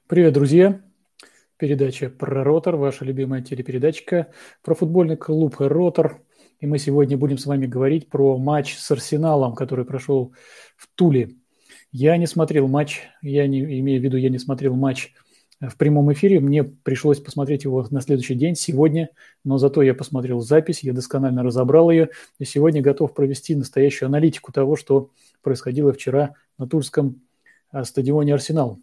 Привет, друзья! Передача про «Ротор», ваша любимая телепередачка про футбольный клуб «Ротор». И мы сегодня будем с вами говорить про матч с «Арсеналом», который прошел в Туле. Я не смотрел матч, я не смотрел матч в прямом эфире. Мне пришлось посмотреть его на следующий день, сегодня, но зато я посмотрел запись, я досконально разобрал ее, и сегодня готов провести настоящую аналитику того, что происходило вчера на тульском стадионе «Арсенал».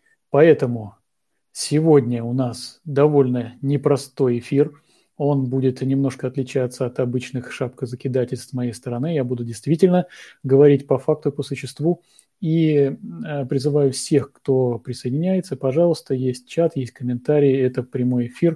Поэтому сегодня у нас довольно непростой эфир. Он будет немножко отличаться от обычных шапкозакидательств с моей стороны. Я буду действительно говорить по факту, по существу. И призываю всех, кто присоединяется, пожалуйста, есть чат, есть комментарии, это прямой эфир.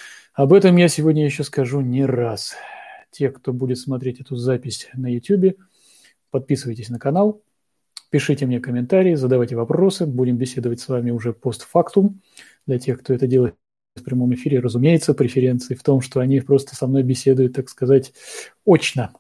Об этом я сегодня еще скажу не раз. Те, кто будет смотреть эту запись на YouTube, подписывайтесь на канал. Пишите мне комментарии, задавайте вопросы. Будем беседовать с вами уже постфактум. Для тех, кто это делает в прямом эфире, разумеется, преференции в том, что они просто со мной беседуют, так сказать, очно.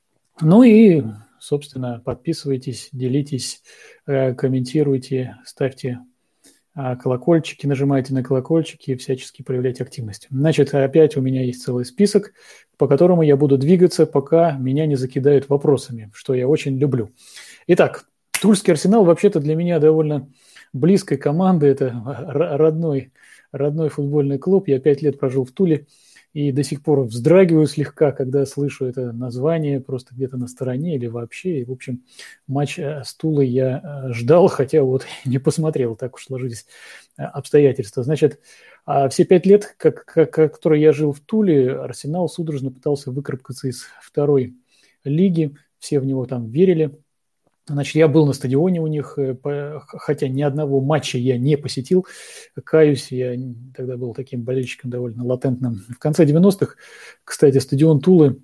Ну и, собственно, подписывайтесь, делитесь, комментируйте, ставьте колокольчики, нажимайте на колокольчики и всячески проявляйте активность. Значит, опять у меня есть целый список, по которому я буду двигаться, пока меня не закидают вопросами, что я очень люблю. Итак, Тульский «Арсенал» вообще-то для меня довольно близкой команды. Это родной футбольный клуб. Я 5 лет прожил в Туле и до сих пор вздрагиваю слегка, когда слышу это название просто где-то на стороне или вообще. И, в общем, матч с Тулой я ждал, хотя вот не посмотрел, так уж сложились обстоятельства. Значит, все 5 лет, которые я жил в Туле, «Арсенал» судорожно пытался выкарабкаться из второй лиги. Все в него там верили. Значит, я был на стадионе у них, хотя ни одного матча я не посетил. Каюсь, я тогда был таким болельщиком довольно латентным. В конце 90-х, кстати, стадион Тулы,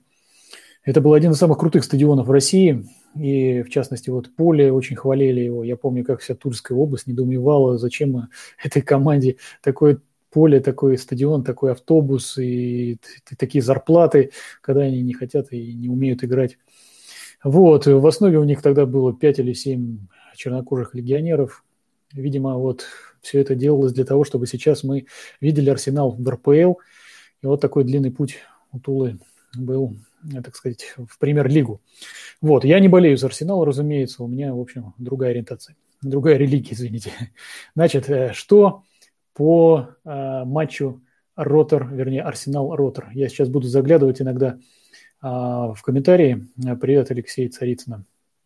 это был один из самых крутых стадионов в России. И, в частности, вот поле очень хвалили его. Я помню, как вся Тульская область недоумевала, зачем этой команде такое поле, такой стадион, такой автобус и такие зарплаты, когда они не хотят и не умеют играть. Вот, в основе у них тогда было 5 или 7 чернокожих легионеров. Видимо, вот все это делалось для того, чтобы сейчас мы видели «Арсенал» в РПЛ. И вот такой длинный путь у Тулы был, так сказать, в премьер-лигу. Вот, я не болею за «Арсенал», разумеется, у меня, в общем, другая ориентация, другая религия, извините. Значит, что по матчу «Ротор», вернее, «Арсенал-Ротор». Я сейчас буду заглядывать иногда в комментарии. Привет, Алексей Царицына.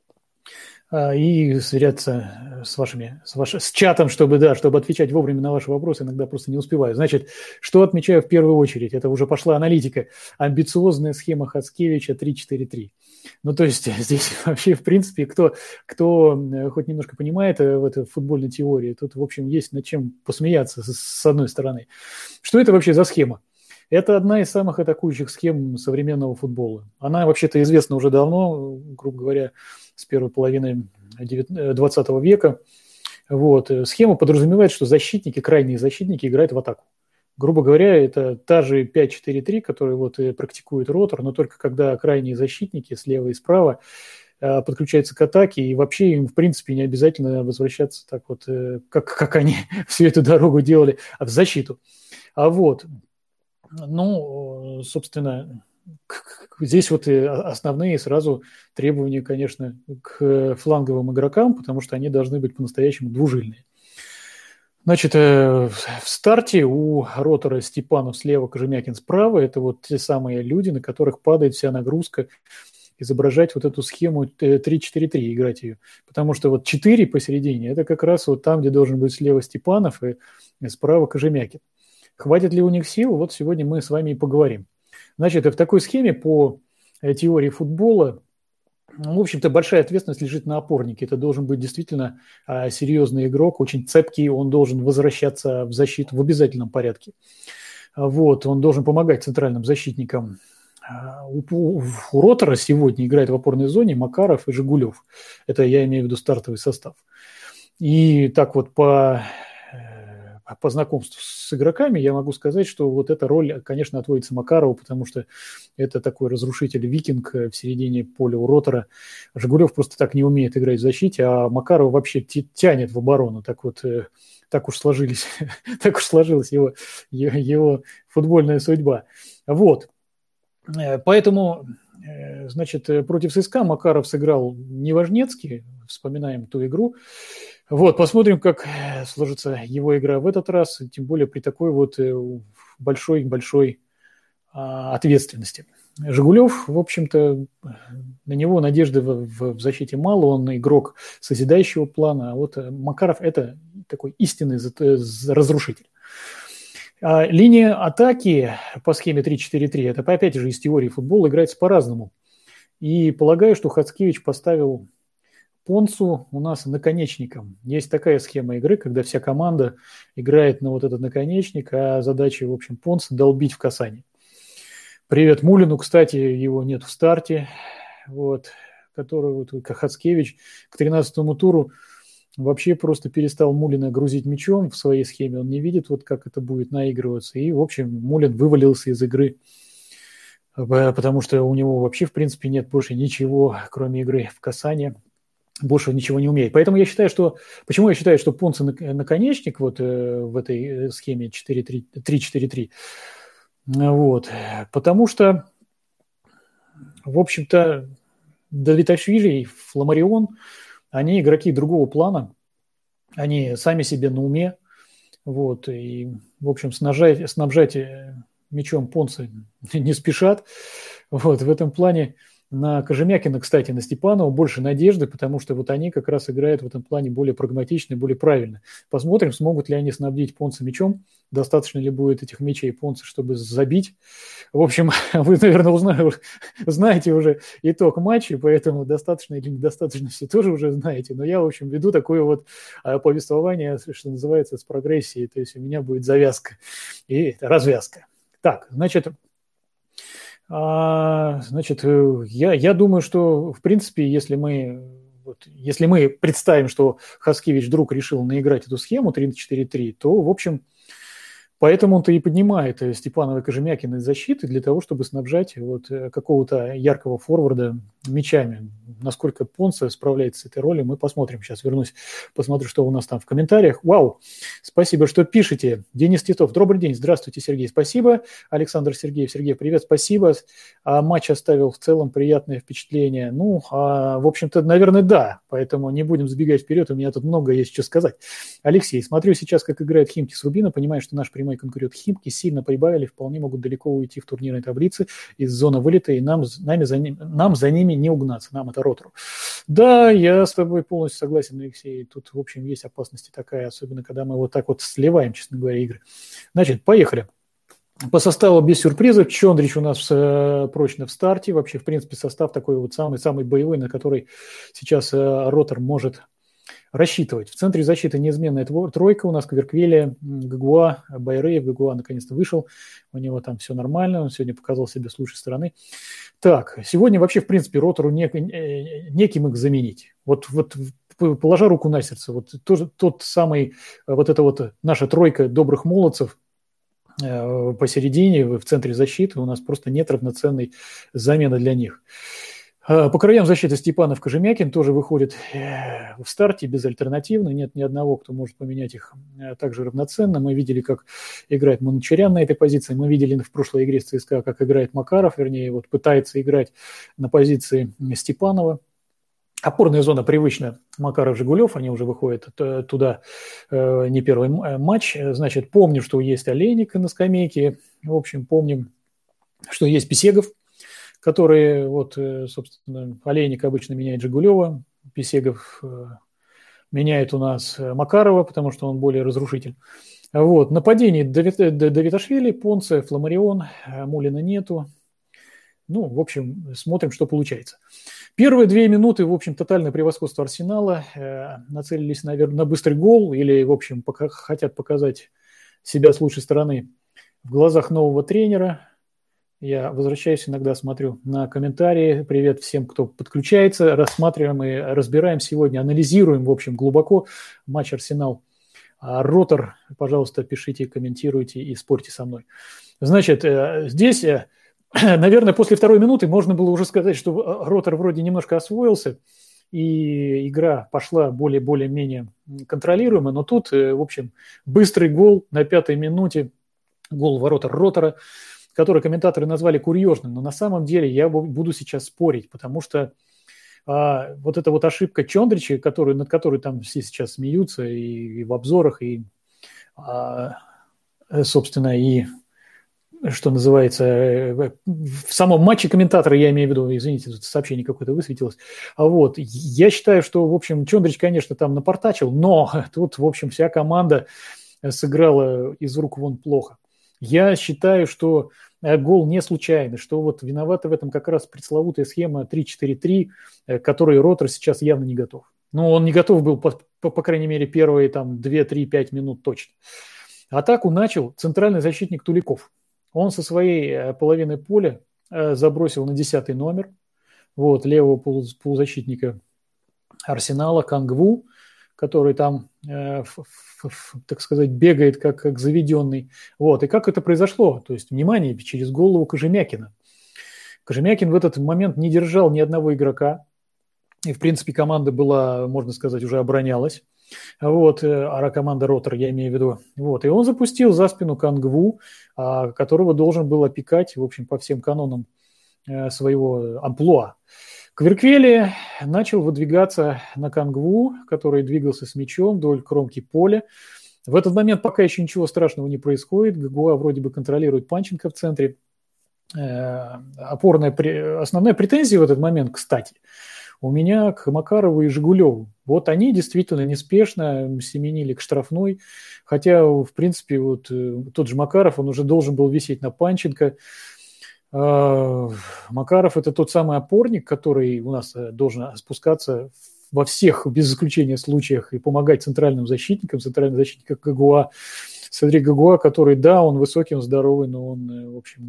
И сверяться с чатом, чтобы отвечать вовремя на ваши вопросы, иногда просто не успеваю. Значит, что отмечаю в первую очередь? Это уже пошла аналитика. Амбициозная схема Хацкевича 3-4-3. Ну, то есть здесь вообще, в принципе, кто хоть немножко понимает в этой футбольной теории, тут, в общем, есть над чем посмеяться с одной стороны. Что это вообще за схема? Это одна из самых атакующих схем современного футбола. Она вообще-то известна уже давно, грубо говоря, с первой половины 20 века. Вот. Схема подразумевает, что крайние защитники играют в атаку. Грубо говоря, это та же 5-4-3, которую вот практикует «Ротор», но только когда крайние защитники слева и справа подключаются к атаке, и вообще им, в принципе, не обязательно возвращаться так вот, как они всю эту дорогу делали, в защиту. Ну, собственно, здесь вот и основные сразу требования, конечно, к фланговым игрокам, потому что они должны быть по-настоящему двужильные. Значит, в старте у «Ротора» Степанов слева, Кожемякин справа. Это вот те самые люди, на которых падает вся нагрузка изображать вот эту схему 3-4-3, играть ее. Потому что вот 4 посередине – это как раз вот там, где должен быть слева Степанов и справа Кожемякин. Хватит ли у них сил? Вот сегодня мы с вами и поговорим. Значит, в такой схеме по теории футбола, в общем-то, большая ответственность лежит на опорнике. Это должен быть действительно серьезный игрок, очень цепкий, он должен возвращаться в защиту в обязательном порядке. Вот, он должен помогать центральным защитникам. У «Ротора» сегодня играет в опорной зоне Макаров и по знакомству с игроками, я могу сказать, что вот эта роль, конечно, отводится Макарову, потому что это такой разрушитель-викинг в середине поля у Ротора. Жигулев просто так не умеет играть в защите, а Макаров вообще тянет в оборону. Так уж сложилась его футбольная судьба. Вот. Поэтому, значит, против ЦСКА Макаров сыграл неважнецки, вспоминаем ту игру. Вот, посмотрим, как сложится его игра в этот раз, тем более при такой вот большой ответственности. Жигулев, в общем-то, на него надежды в защите мало, он игрок созидающего плана, а вот Макаров – это такой истинный разрушитель. Линия атаки по схеме 3-4-3, это опять же из теории футбола, играется по-разному. И полагаю, что Хацкевич поставил Понсу у нас наконечником. Есть такая схема игры, когда вся команда играет на вот этот наконечник, а задача, в общем, Понса долбить в касание. Привет Мулину, кстати, его нет в старте, вот, который вот, Хацкевич к 13-му туру вообще просто перестал Мулина грузить мячом в своей схеме, он не видит, вот как это будет наигрываться, и, в общем, Мулин вывалился из игры, потому что у него вообще, в принципе, нет больше ничего, кроме игры в касание, больше ничего не умеет. Поэтому я считаю, что... Почему я считаю, что Понса наконечник вот в этой схеме 3-4-3? Вот. Потому что, в общем-то, Давидашвили и Фламарион, они игроки другого плана, они сами себе на уме, вот, и, в общем, снабжать мячом Понса не спешат. Вот, в этом плане на Кожемякина, кстати, на Степанова больше надежды, потому что вот они как раз играют в этом плане более прагматично и более правильно. Посмотрим, смогут ли они снабдить Понса мячом, достаточно ли будет этих мячей Понса, чтобы забить. В общем, вы, наверное, знаете уже итог матча, поэтому достаточно или недостаточно все тоже уже знаете. Но я, в общем, веду такое вот повествование, что называется, с прогрессией. То есть у меня будет завязка и развязка. Так, значит, я думаю, что, в принципе, если мы представим, что Хацкевич вдруг решил наиграть эту схему 3-4-3, то, в общем, поэтому он-то и поднимает Степанова и Кожемякина из защиты для того, чтобы снабжать вот какого-то яркого форварда мячами. Насколько Понса справляется с этой ролью, мы посмотрим. Сейчас вернусь, посмотрю, что у нас там в комментариях. Вау! Спасибо, что пишете. Денис Титов, добрый день. Здравствуйте, Сергей. Спасибо. Александр Сергеев. Сергей, привет, спасибо. Матч оставил в целом приятное впечатление. В общем-то, наверное, да. Поэтому не будем забегать вперед. У меня тут много есть что сказать. Алексей, смотрю сейчас, как играет Химки с Рубино. Понимаю, что наш прямой конкурент Химки сильно прибавили, вполне могут далеко уйти в турнирной таблице из зоны вылета, и нам за ними не угнаться, нам это Ротору. Да, я с тобой полностью согласен, Алексей. Тут, в общем, есть опасность такая, особенно когда мы вот так вот сливаем, честно говоря, игры. Значит, поехали. По составу без сюрпризов. Чондрич у нас прочно в старте. Вообще, в принципе, состав такой вот самый боевой, на который сейчас Ротор может рассчитывать. В центре защиты неизменная тройка у нас: Кверквелия, Гагуа, Байреев. Гагуа наконец-то вышел, у него там все нормально, он сегодня показал себя с лучшей стороны. Так, сегодня вообще, в принципе, Ротору неким их заменить. Вот положа руку на сердце, вот тот самый, вот эта вот наша тройка добрых молодцев посередине, в центре защиты, у нас просто нет равноценной замены для них. По краям защиты Степанов, Кожемякин тоже выходит в старте безальтернативно. Нет ни одного, кто может поменять их также равноценно. Мы видели, как играет Манучарян на этой позиции. Мы видели в прошлой игре с ЦСКА, как играет Макаров, вернее, вот пытается играть на позиции Степанова. Опорная зона привычна. Макаров-Жигулев, они уже выходят туда не первый матч. Значит, помню, что есть Олейник на скамейке. В общем, помним, что есть Писегов, которые, вот, собственно, Олейник обычно меняет Жигулева, Писегов меняет у нас Макарова, потому что он более разрушитель. Вот, нападение Давидашвили, Понце, Фламарион, Мулина нету. В общем, смотрим, что получается. Первые 2 минуты, в общем, тотальное превосходство Арсенала. Нацелились, наверное, на быстрый гол или, в общем, хотят показать себя с лучшей стороны в глазах нового тренера. Я возвращаюсь, иногда смотрю на комментарии. Привет всем, кто подключается. Рассматриваем и разбираем сегодня, анализируем, в общем, глубоко матч А Ротор, пожалуйста, пишите, комментируйте и спорьте со мной. Значит, здесь, наверное, после второй минуты можно было уже сказать, что Ротор вроде немножко освоился, и игра пошла более-менее контролируемо, но тут, в общем, быстрый гол на 5-й минуте, гол ворот Ротора, который комментаторы назвали курьезным, но на самом деле я буду сейчас спорить, потому что вот эта вот ошибка Чондрича, над которой там все сейчас смеются и в обзорах, и, собственно, и что называется, в самом матче комментатора, я имею в виду, извините, тут сообщение какое-то высветилось. Вот, я считаю, что, в общем, Чондрич, конечно, там напортачил, но тут, в общем, вся команда сыграла из рук вон плохо. Я считаю, что гол не случайный, что вот виновата в этом как раз пресловутая схема 3-4-3, к которой Ротор сейчас явно не готов. Ну, он не готов был, по крайней мере, первые там 2-3-5 минут точно. Атаку начал центральный защитник Туликов. Он со своей половины поля забросил на 10-й номер вот, левого полузащитника Арсенала Кангву, который там, так сказать, бегает как заведенный. Вот. И как это произошло? То есть, внимание, через голову Кожемякина. Кожемякин в этот момент не держал ни одного игрока. И, в принципе, команда была, можно сказать, уже оборонялась. Вот, команда Ротор, я имею в виду. Вот, и он запустил за спину Кангву, которого должен был опекать, в общем, по всем канонам своего амплуа. Кверквели начал выдвигаться на Кангву, который двигался с мячом вдоль кромки поля. В этот момент пока еще ничего страшного не происходит. Гагуа вроде бы контролирует Панченко в центре. Основная претензия в этот момент, кстати, у меня к Макарову и Жигулеву. Вот они действительно неспешно семенили к штрафной, хотя, в принципе, вот тот же Макаров, он уже должен был висеть на Панченко. Макаров – это тот самый опорник, который у нас должен спускаться во всех, без исключения, случаях и помогать центральным защитникам Гагуа. Смотри, Гагуа, который, да, он высокий, он здоровый, но он, в общем,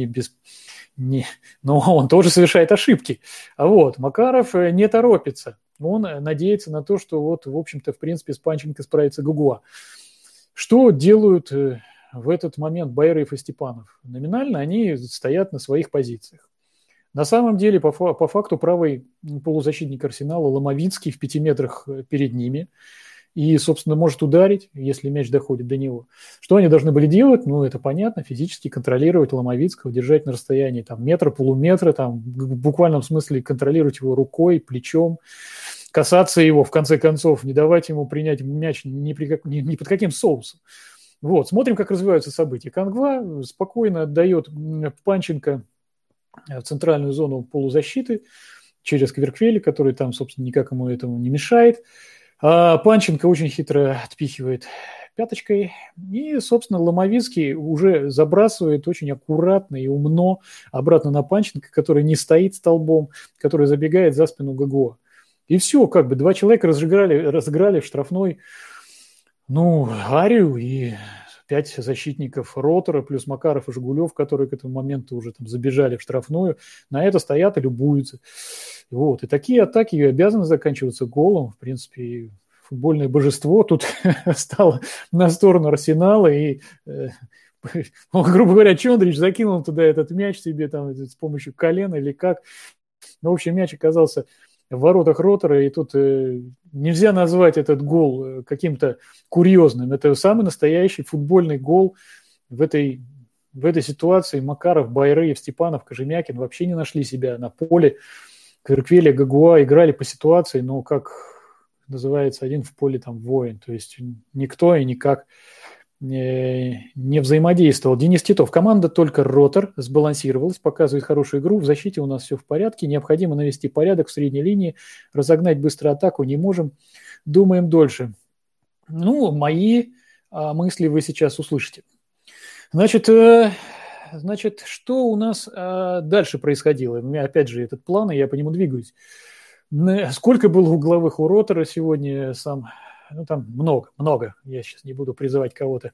но он тоже совершает ошибки. А вот Макаров не торопится. Он надеется на то, что вот, в общем-то, в принципе, с Панченко справится Гагуа. Что делают в этот момент Байраев и Степанов? Номинально они стоят на своих позициях. На самом деле, по факту, правый полузащитник Арсенала Ломовицкий в 5 метрах перед ними и, собственно, может ударить, если мяч доходит до него. Что они должны были делать? Ну, это понятно, физически контролировать Ломовицкого, держать на расстоянии там, метра, полуметра, там, в буквальном смысле контролировать его рукой, плечом, касаться его, в конце концов, не давать ему принять мяч ни под каким соусом. Вот, смотрим, как развиваются события. Кангва спокойно отдает Панченко в центральную зону полузащиты через Кверквели, который там, собственно, никак ему этому не мешает. А Панченко очень хитро отпихивает пяточкой. И, собственно, Ломовицкий уже забрасывает очень аккуратно и умно обратно на Панченко, который не стоит столбом, который забегает за спину Гагуа. И все, как бы два человека разыграли в штрафной, арию, и 5 защитников Ротора, плюс Макаров и Жигулев, которые к этому моменту уже там забежали в штрафную, на это стоят и любуются. Вот. И такие атаки обязаны заканчиваться голом. В принципе, футбольное божество тут стало на сторону Арсенала, и, грубо говоря, Чондрич закинул туда этот мяч себе там с помощью колена или как. В общем, мяч оказался в воротах Ротора, и тут нельзя назвать этот гол каким-то курьезным. Это самый настоящий футбольный гол в этой ситуации. Макаров, Байраев, Степанов, Кожемякин вообще не нашли себя на поле. Кверквели, Гагуа играли по ситуации, но, как называется, один в поле там воин. То есть никто и никак не взаимодействовал. Денис Титов. Команда только Ротор сбалансировалась, показывает хорошую игру. В защите у нас все в порядке. Необходимо навести порядок в средней линии. Разогнать быстро атаку не можем. Думаем дольше. Мои мысли вы сейчас услышите. Значит, что у нас дальше происходило? У меня, опять же, этот план, и я по нему двигаюсь. Сколько было угловых у Ротора сегодня сам... там много. Я сейчас не буду призывать кого-то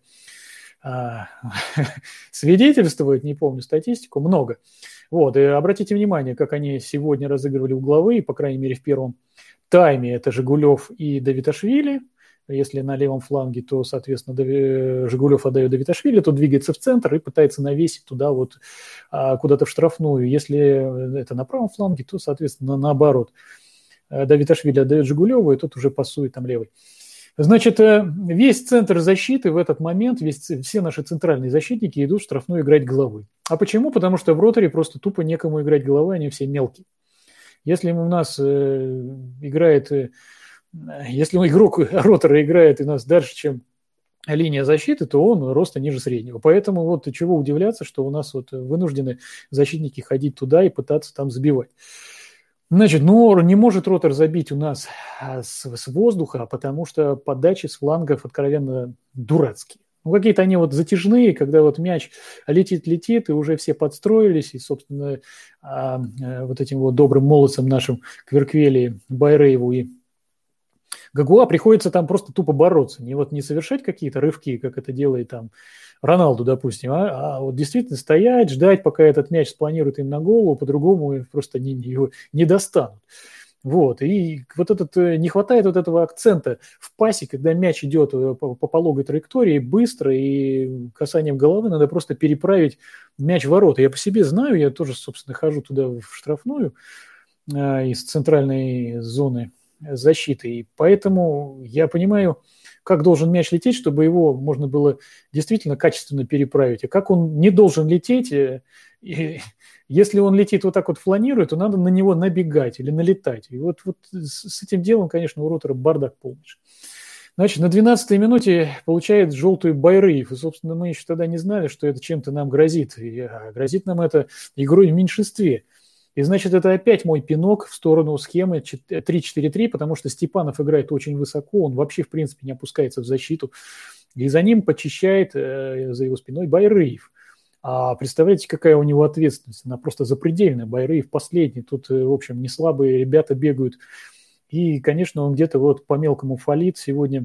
свидетельствовать, не помню статистику, много. Вот, и обратите внимание, как они сегодня разыгрывали угловые, по крайней мере, в первом тайме. Это Жигулев и Давиташвили. Если на левом фланге, то, соответственно, Жигулев отдает Давиташвили, то двигается в центр и пытается навесить туда вот куда-то в штрафную. Если это на правом фланге, то, соответственно, наоборот. Давиташвили отдает Жигулеву, и тот уже пасует там левый. Значит, весь центр защиты в этот момент, все наши центральные защитники идут в штрафную играть головой. А почему? Потому что в роторе просто тупо некому играть головой, они все мелкие. Если у нас играет, если игрок ротора играет у нас дальше, чем линия защиты, то он роста ниже среднего. Поэтому вот чего удивляться, что у нас вот вынуждены защитники ходить туда и пытаться там забивать. Значит, ну, не может ротор забить у нас с воздуха, потому что подачи с флангов откровенно дурацкие. Ну, какие-то они вот затяжные, когда вот мяч летит, и уже все подстроились, и, собственно, вот этим вот добрым молодцам нашим Кверквели, Байрееву и Гагуа приходится там просто тупо бороться, не совершать какие-то рывки, как это делает там Роналду, допустим, а вот действительно стоять, ждать, пока этот мяч спланирует им на голову, по-другому просто его не достанут. Вот, и вот не хватает вот этого акцента в пасе, когда мяч идет по пологой траектории быстро, и касанием головы надо просто переправить мяч в ворота. Я по себе знаю, я тоже, собственно, хожу туда в штрафную из центральной зоны защиты, и поэтому я понимаю, как должен мяч лететь, чтобы его можно было действительно качественно переправить, а как он не должен лететь. И если он летит вот так вот фланирует, то надо на него набегать или налетать. И вот с этим делом, конечно, у ротора бардак полнейший. Значит, на 12-й минуте получает желтую Байреев. И, собственно, мы еще тогда не знали, что это чем-то нам грозит. И грозит нам это игрой в меньшинстве. И, значит, это опять мой пинок в сторону схемы 3-4-3, потому что Степанов играет очень высоко, он вообще, в принципе, не опускается в защиту. И за ним почищает, за его спиной, Байреев. А представляете, какая у него ответственность? Она просто запредельная. Байреев последний. Тут, в общем, не слабые ребята бегают. И, конечно, он где-то вот по-мелкому фалит. Сегодня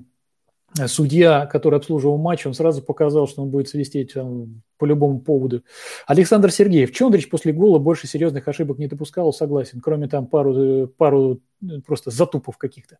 судья, который обслуживал матч, он сразу показал, что он будет свистеть по любому поводу. Александр Сергеев. Чондрич после гола больше серьезных ошибок не допускал, согласен. Кроме там пару просто затупов каких-то.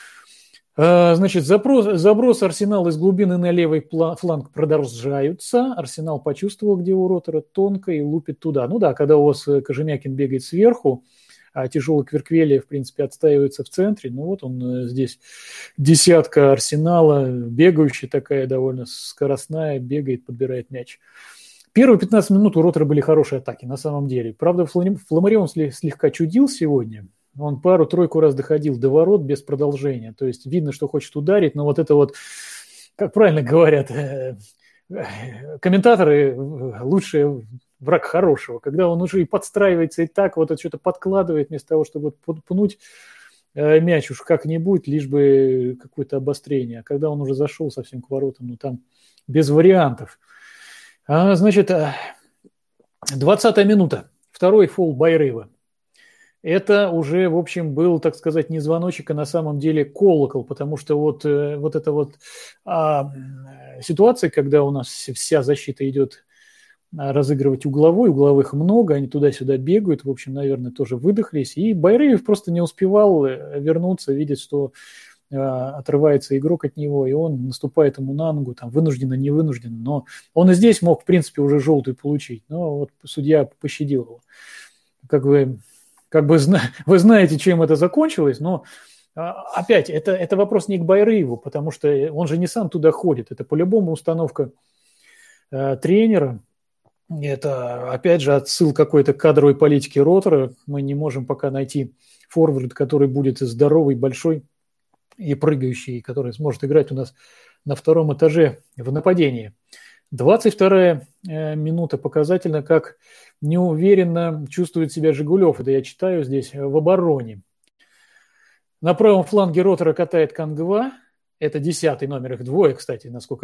Значит, заброс Арсенала из глубины на левый фланг продолжаются. Арсенал почувствовал, где у ротора тонко, и лупит туда. Ну да, когда у вас Кожемякин бегает сверху, а тяжелый Кверквели, в принципе, отстаивается в центре. Ну вот он здесь десятка Арсенала, бегающая такая, довольно скоростная, бегает, подбирает мяч. Первые 15 минут у ротора были хорошие атаки, на самом деле. Правда, Фламаре он слегка чудил сегодня. Он пару-тройку раз доходил до ворот без продолжения. То есть видно, что хочет ударить, но вот это вот, как правильно говорят комментаторы, лучший враг хорошего. Когда он уже и подстраивается, и так вот это что-то подкладывает, вместо того, чтобы пнуть мяч уж как-нибудь, лишь бы какое-то обострение. А когда он уже зашел совсем к воротам, ну там без вариантов. Значит, 20-я минута. Второй фол Байреева. Это уже, в общем, был, так сказать, не звоночек, а на самом деле колокол, потому что вот эта вот ситуация, когда у нас вся защита идет разыгрывать угловых много, они туда-сюда бегают, в общем, наверное, тоже выдохлись, и Байреев просто не успевал вернуться, видит, что отрывается игрок от него, и он наступает ему на ногу, там, вынужденно, не вынужденно, но он и здесь мог, в принципе, уже желтую получить, но вот судья пощадил его. Как бы вы знаете, чем это закончилось, но опять, это вопрос не к Байрееву, потому что он же не сам туда ходит. Это по-любому установка тренера. Это, опять же, отсыл какой-то кадровой политики ротора. Мы не можем пока найти форвард, который будет здоровый, большой и прыгающий, который сможет играть у нас на втором этаже в нападении. 22-я минута показательна, как неуверенно чувствует себя Жигулев. Это я читаю здесь в обороне. На правом фланге ротора катает Кангва. Это 10-й номер, их двое, кстати,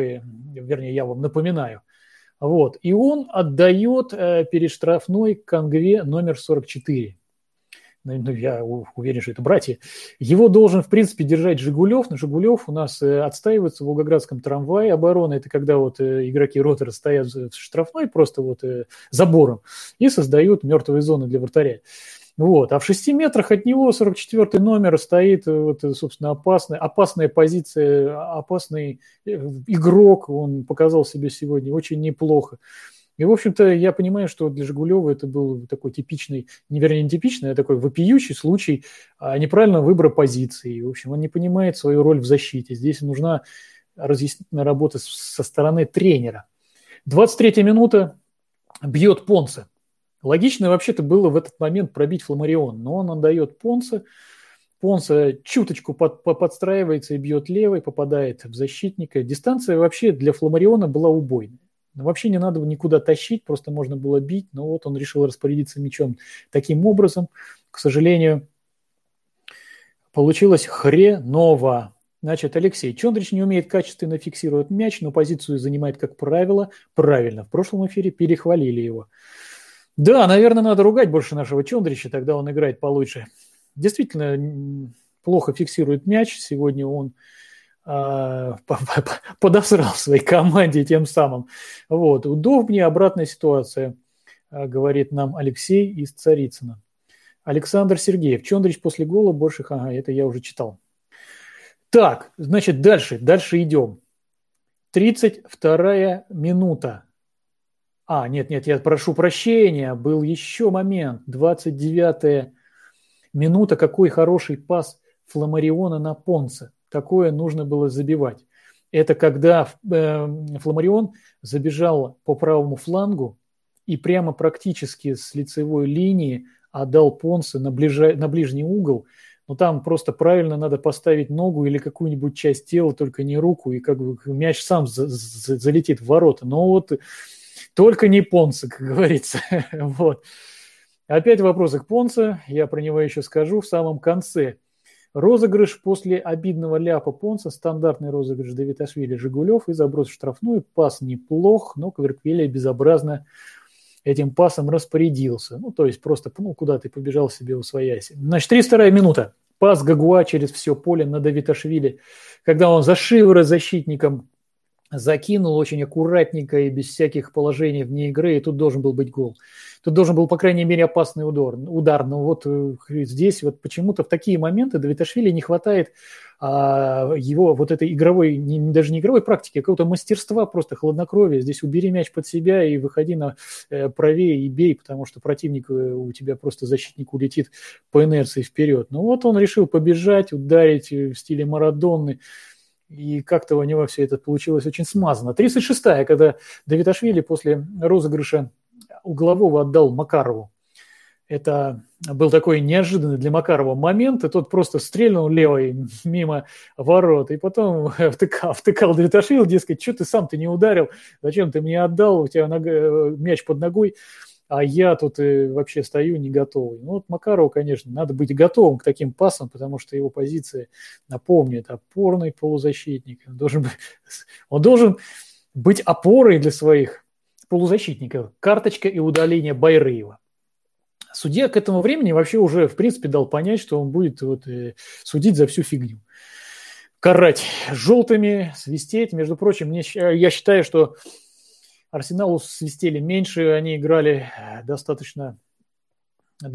я вам напоминаю. Вот. И он отдает перед штрафной Кангве номер 44. Ну, я уверен, что это братья. Его должен, в принципе, держать Жигулев. Но Жигулев у нас отстаивается в Волгоградском трамвае обороны. Это когда вот игроки ротора стоят в штрафной просто вот забором и создают мертвые зоны для вратаря. Вот. А в 6 метрах от него 44-й номер стоит, вот, собственно, опасная позиция, опасный игрок. Он показал себя сегодня очень неплохо. И, в общем-то, я понимаю, что для Жигулева это был такой типичный, невероятно не типичный, а такой вопиющий случай неправильного выбора позиции. В общем, он не понимает свою роль в защите. Здесь нужна разъяснительная работа со стороны тренера. 23-я минута, бьет Понсе. Логично вообще-то было в этот момент пробить Фламарион, но он отдает Понсе. Понсе чуточку подстраивается и бьет левой, попадает в защитника. Дистанция вообще для Фламариона была убойной. Вообще не надо никуда тащить, просто можно было бить, но вот он решил распорядиться мячом таким образом. К сожалению, получилось хреново. Значит, Алексей Чондрич не умеет качественно фиксировать мяч, но позицию занимает, как правило, правильно. В прошлом эфире перехвалили его. Да, наверное, надо ругать больше нашего Чондрича, тогда он играет получше. Действительно, плохо фиксирует мяч. Сегодня он подосрал своей команде тем самым. Вот. Удобнее обратная ситуация, говорит нам Алексей из Царицына. Александр Сергеев. Чондрич после гола больше... Ага, это я уже читал. Так, значит, дальше идем. 32-я минута. Нет, я прошу прощения, был еще момент. 29-я минута, какой хороший пас Фламариона на Понсе. Такое нужно было забивать. Это когда Фламарион забежал по правому флангу и прямо практически с лицевой линии отдал Понсе на ближний угол. Но там просто правильно надо поставить ногу или какую-нибудь часть тела, только не руку, и как бы мяч сам залетит в ворота. Но вот только не Понсе, как говорится. Вот. Опять вопросы к Понсе. Я про него еще скажу в самом конце. Розыгрыш после обидного ляпа Понса, стандартный розыгрыш Давиташвили Жигулев и заброс в штрафную. Пас неплох, но Кверквелия безобразно этим пасом распорядился. Ну, то есть просто куда ты побежал себе усвоясь. Значит, 32-я минута. Пас Гагуа через все поле на Давиташвили, когда он за шиворот защитником закинул очень аккуратненько и без всяких положений вне игры, и тут должен был быть гол. Тут должен был, по крайней мере, опасный удар. Но вот здесь вот почему-то в такие моменты Давиташвили не хватает его вот этой игровой, даже не игровой практики, а какого-то мастерства, просто хладнокровия. Здесь убери мяч под себя и выходи на правее и бей, потому что противник у тебя просто защитник улетит по инерции вперед. Ну вот он решил побежать, ударить в стиле Марадонны. И как-то у него все это получилось очень смазанно. 36-я, когда Давиташвили после розыгрыша углового отдал Макарову. Это был такой неожиданный для Макарова момент, и тот просто стрельнул левой мимо ворот, и потом втыкал Давиташвили, дескать, что ты сам-то не ударил, зачем ты мне отдал, у тебя мяч под ногой, а я тут вообще стою не готовый. Ну вот Макарову, конечно, надо быть готовым к таким пасам, потому что его позиция, напомню, это опорный полузащитник. Он должен быть опорой для своих полузащитников. Карточка и удаление Байрыева. Судья к этому времени вообще уже, в принципе, дал понять, что он будет судить за всю фигню. Карать желтыми, свистеть. Между прочим, я считаю, что Арсеналу свистели меньше, они играли достаточно в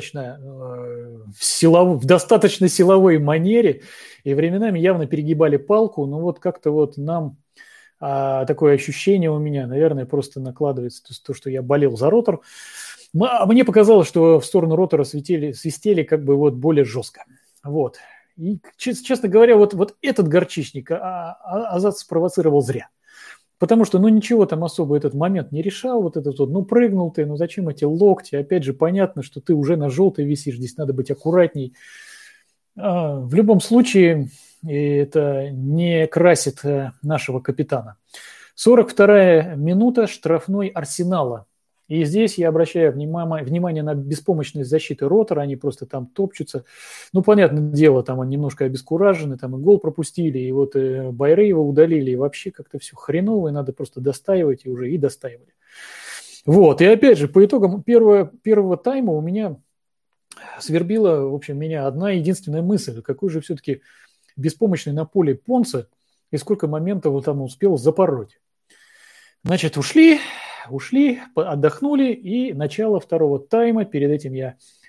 достаточно силовой манере и временами явно перегибали палку. Но вот как-то вот нам такое ощущение у меня, наверное, просто накладывается то, что я болел за Ротор. Мне показалось, что в сторону Ротора свистели как бы вот более жестко. Вот. И, честно говоря, вот этот горчичник Азат спровоцировал зря. Потому что, ничего там особо этот момент не решал, вот этот вот, прыгнул ты, зачем эти локти? Опять же, понятно, что ты уже на желтой висишь, здесь надо быть аккуратней. В любом случае, это не красит нашего капитана. 42-я минута, штрафной Арсенала. И здесь я обращаю внимание на беспомощность защиты Ротора, они просто там топчутся. Понятное дело, там они немножко обескуражены, там и гол пропустили, и вот Байрыева удалили, и вообще как-то все хреново, и надо просто достаивать, и уже и достаивали. Вот, и опять же, по итогам первого тайма у меня свербила, в общем, меня одна единственная мысль, какой же все-таки беспомощный на поле Понсе, и сколько моментов он там успел запороть. Значит, ушли, отдохнули, и начало второго тайма. Перед этим я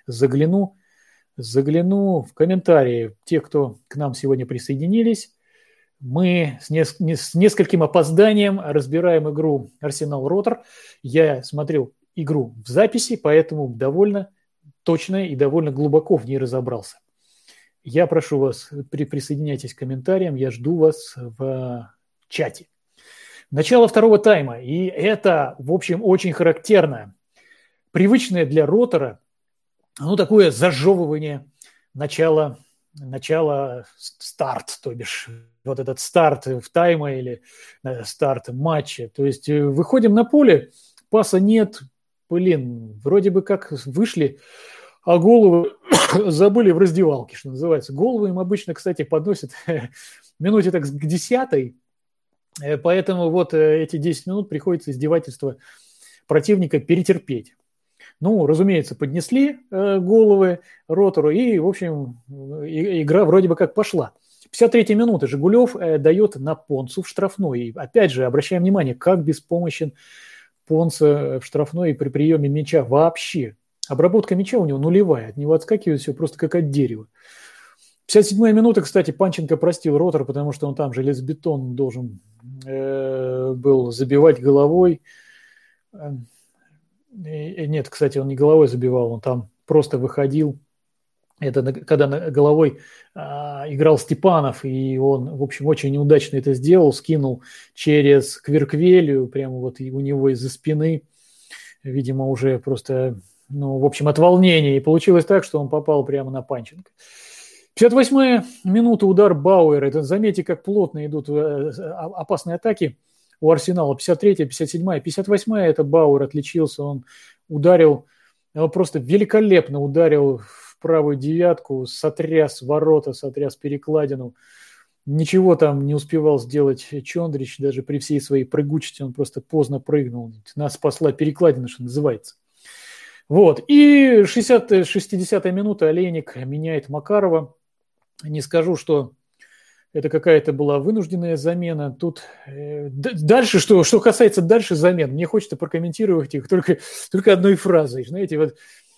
загляну в комментарии. Те, кто к нам сегодня присоединились, мы с нескольким опозданием разбираем игру Арсенал-Ротор. Я смотрел игру в записи, поэтому довольно точно и довольно глубоко в ней разобрался. Я прошу вас, присоединяйтесь к комментариям, я жду вас в чате. Начало второго тайма, и это, в общем, очень характерно. Привычное для Ротора, такое зажевывание начала старт, то бишь вот этот старт в тайма или старт матча. То есть выходим на поле, паса нет, вроде бы как вышли, а головы забыли в раздевалке, что называется. Головы им обычно, кстати, подносят минуте так к 10-й, поэтому вот эти 10 минут приходится издевательство противника перетерпеть. Разумеется, поднесли головы Ротору, и, в общем, игра вроде бы как пошла. 53-я минута Жигулев дает на Понцу в штрафной. И опять же, обращаем внимание, как беспомощен Понца в штрафной и при приеме мяча вообще. Обработка мяча у него нулевая, от него отскакивает все просто как от дерева. 57-я минута, кстати, Панченко простил Ротор, потому что он там железобетон должен был забивать головой. Нет, кстати, он не головой забивал, он там просто выходил. Это когда головой играл Степанов, и он, в общем, очень неудачно это сделал, скинул через Кверквелью, прямо вот у него из-за спины, видимо, уже просто, в общем, от волнения. И получилось так, что он попал прямо на Панченко. 58-я минута, удар Бауэра. Это, заметьте, как плотно идут опасные атаки у Арсенала. 53-я, 57-я, 58-я, это Бауэр отличился, он ударил, просто великолепно ударил в правую девятку, сотряс ворота, сотряс перекладину. Ничего там не успевал сделать Чондрич, даже при всей своей прыгучести, он просто поздно прыгнул. Нас спасла перекладина, что называется. Вот, и 60-я минута, Олейник меняет Макарова. Не скажу, что это какая-то была вынужденная замена. Тут дальше, что касается дальше замен, мне хочется прокомментировать их только одной фразой. Знаете, вот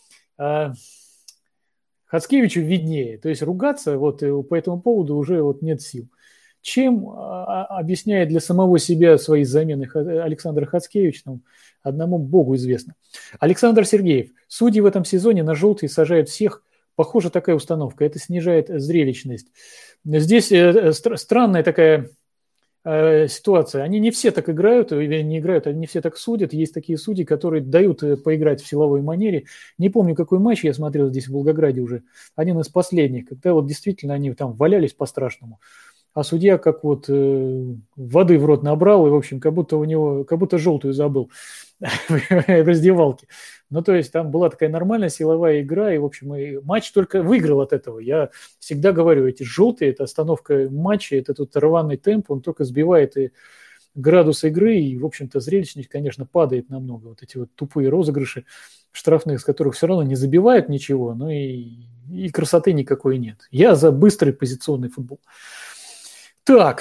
Хацкевичу виднее. То есть ругаться вот по этому поводу уже вот нет сил. Чем объясняет для самого себя свои замены Александр Хацкевич, одному Богу известно. Александр Сергеев. Судьи в этом сезоне на желтый сажают всех. Похоже, такая установка. Это снижает зрелищность. Здесь странная такая ситуация. Они не все так играют, или не играют, они не все так судят. Есть такие судьи, которые дают поиграть в силовой манере. Не помню, какой матч я смотрел здесь в Волгограде уже. Один из последних, когда вот действительно они там валялись по-страшному. А судья как вот воды в рот набрал, и, в общем, как будто желтую забыл в раздевалке. То есть там была такая нормальная силовая игра, и, в общем, и матч только выиграл от этого. Я всегда говорю, эти желтые, это остановка матча, это тут рваный темп, он только сбивает и градус игры, и, в общем-то, зрелищность, конечно, падает намного. Вот эти вот тупые розыгрыши штрафных, с которых все равно не забивают ничего, но и красоты никакой нет. Я за быстрый позиционный футбол. Так,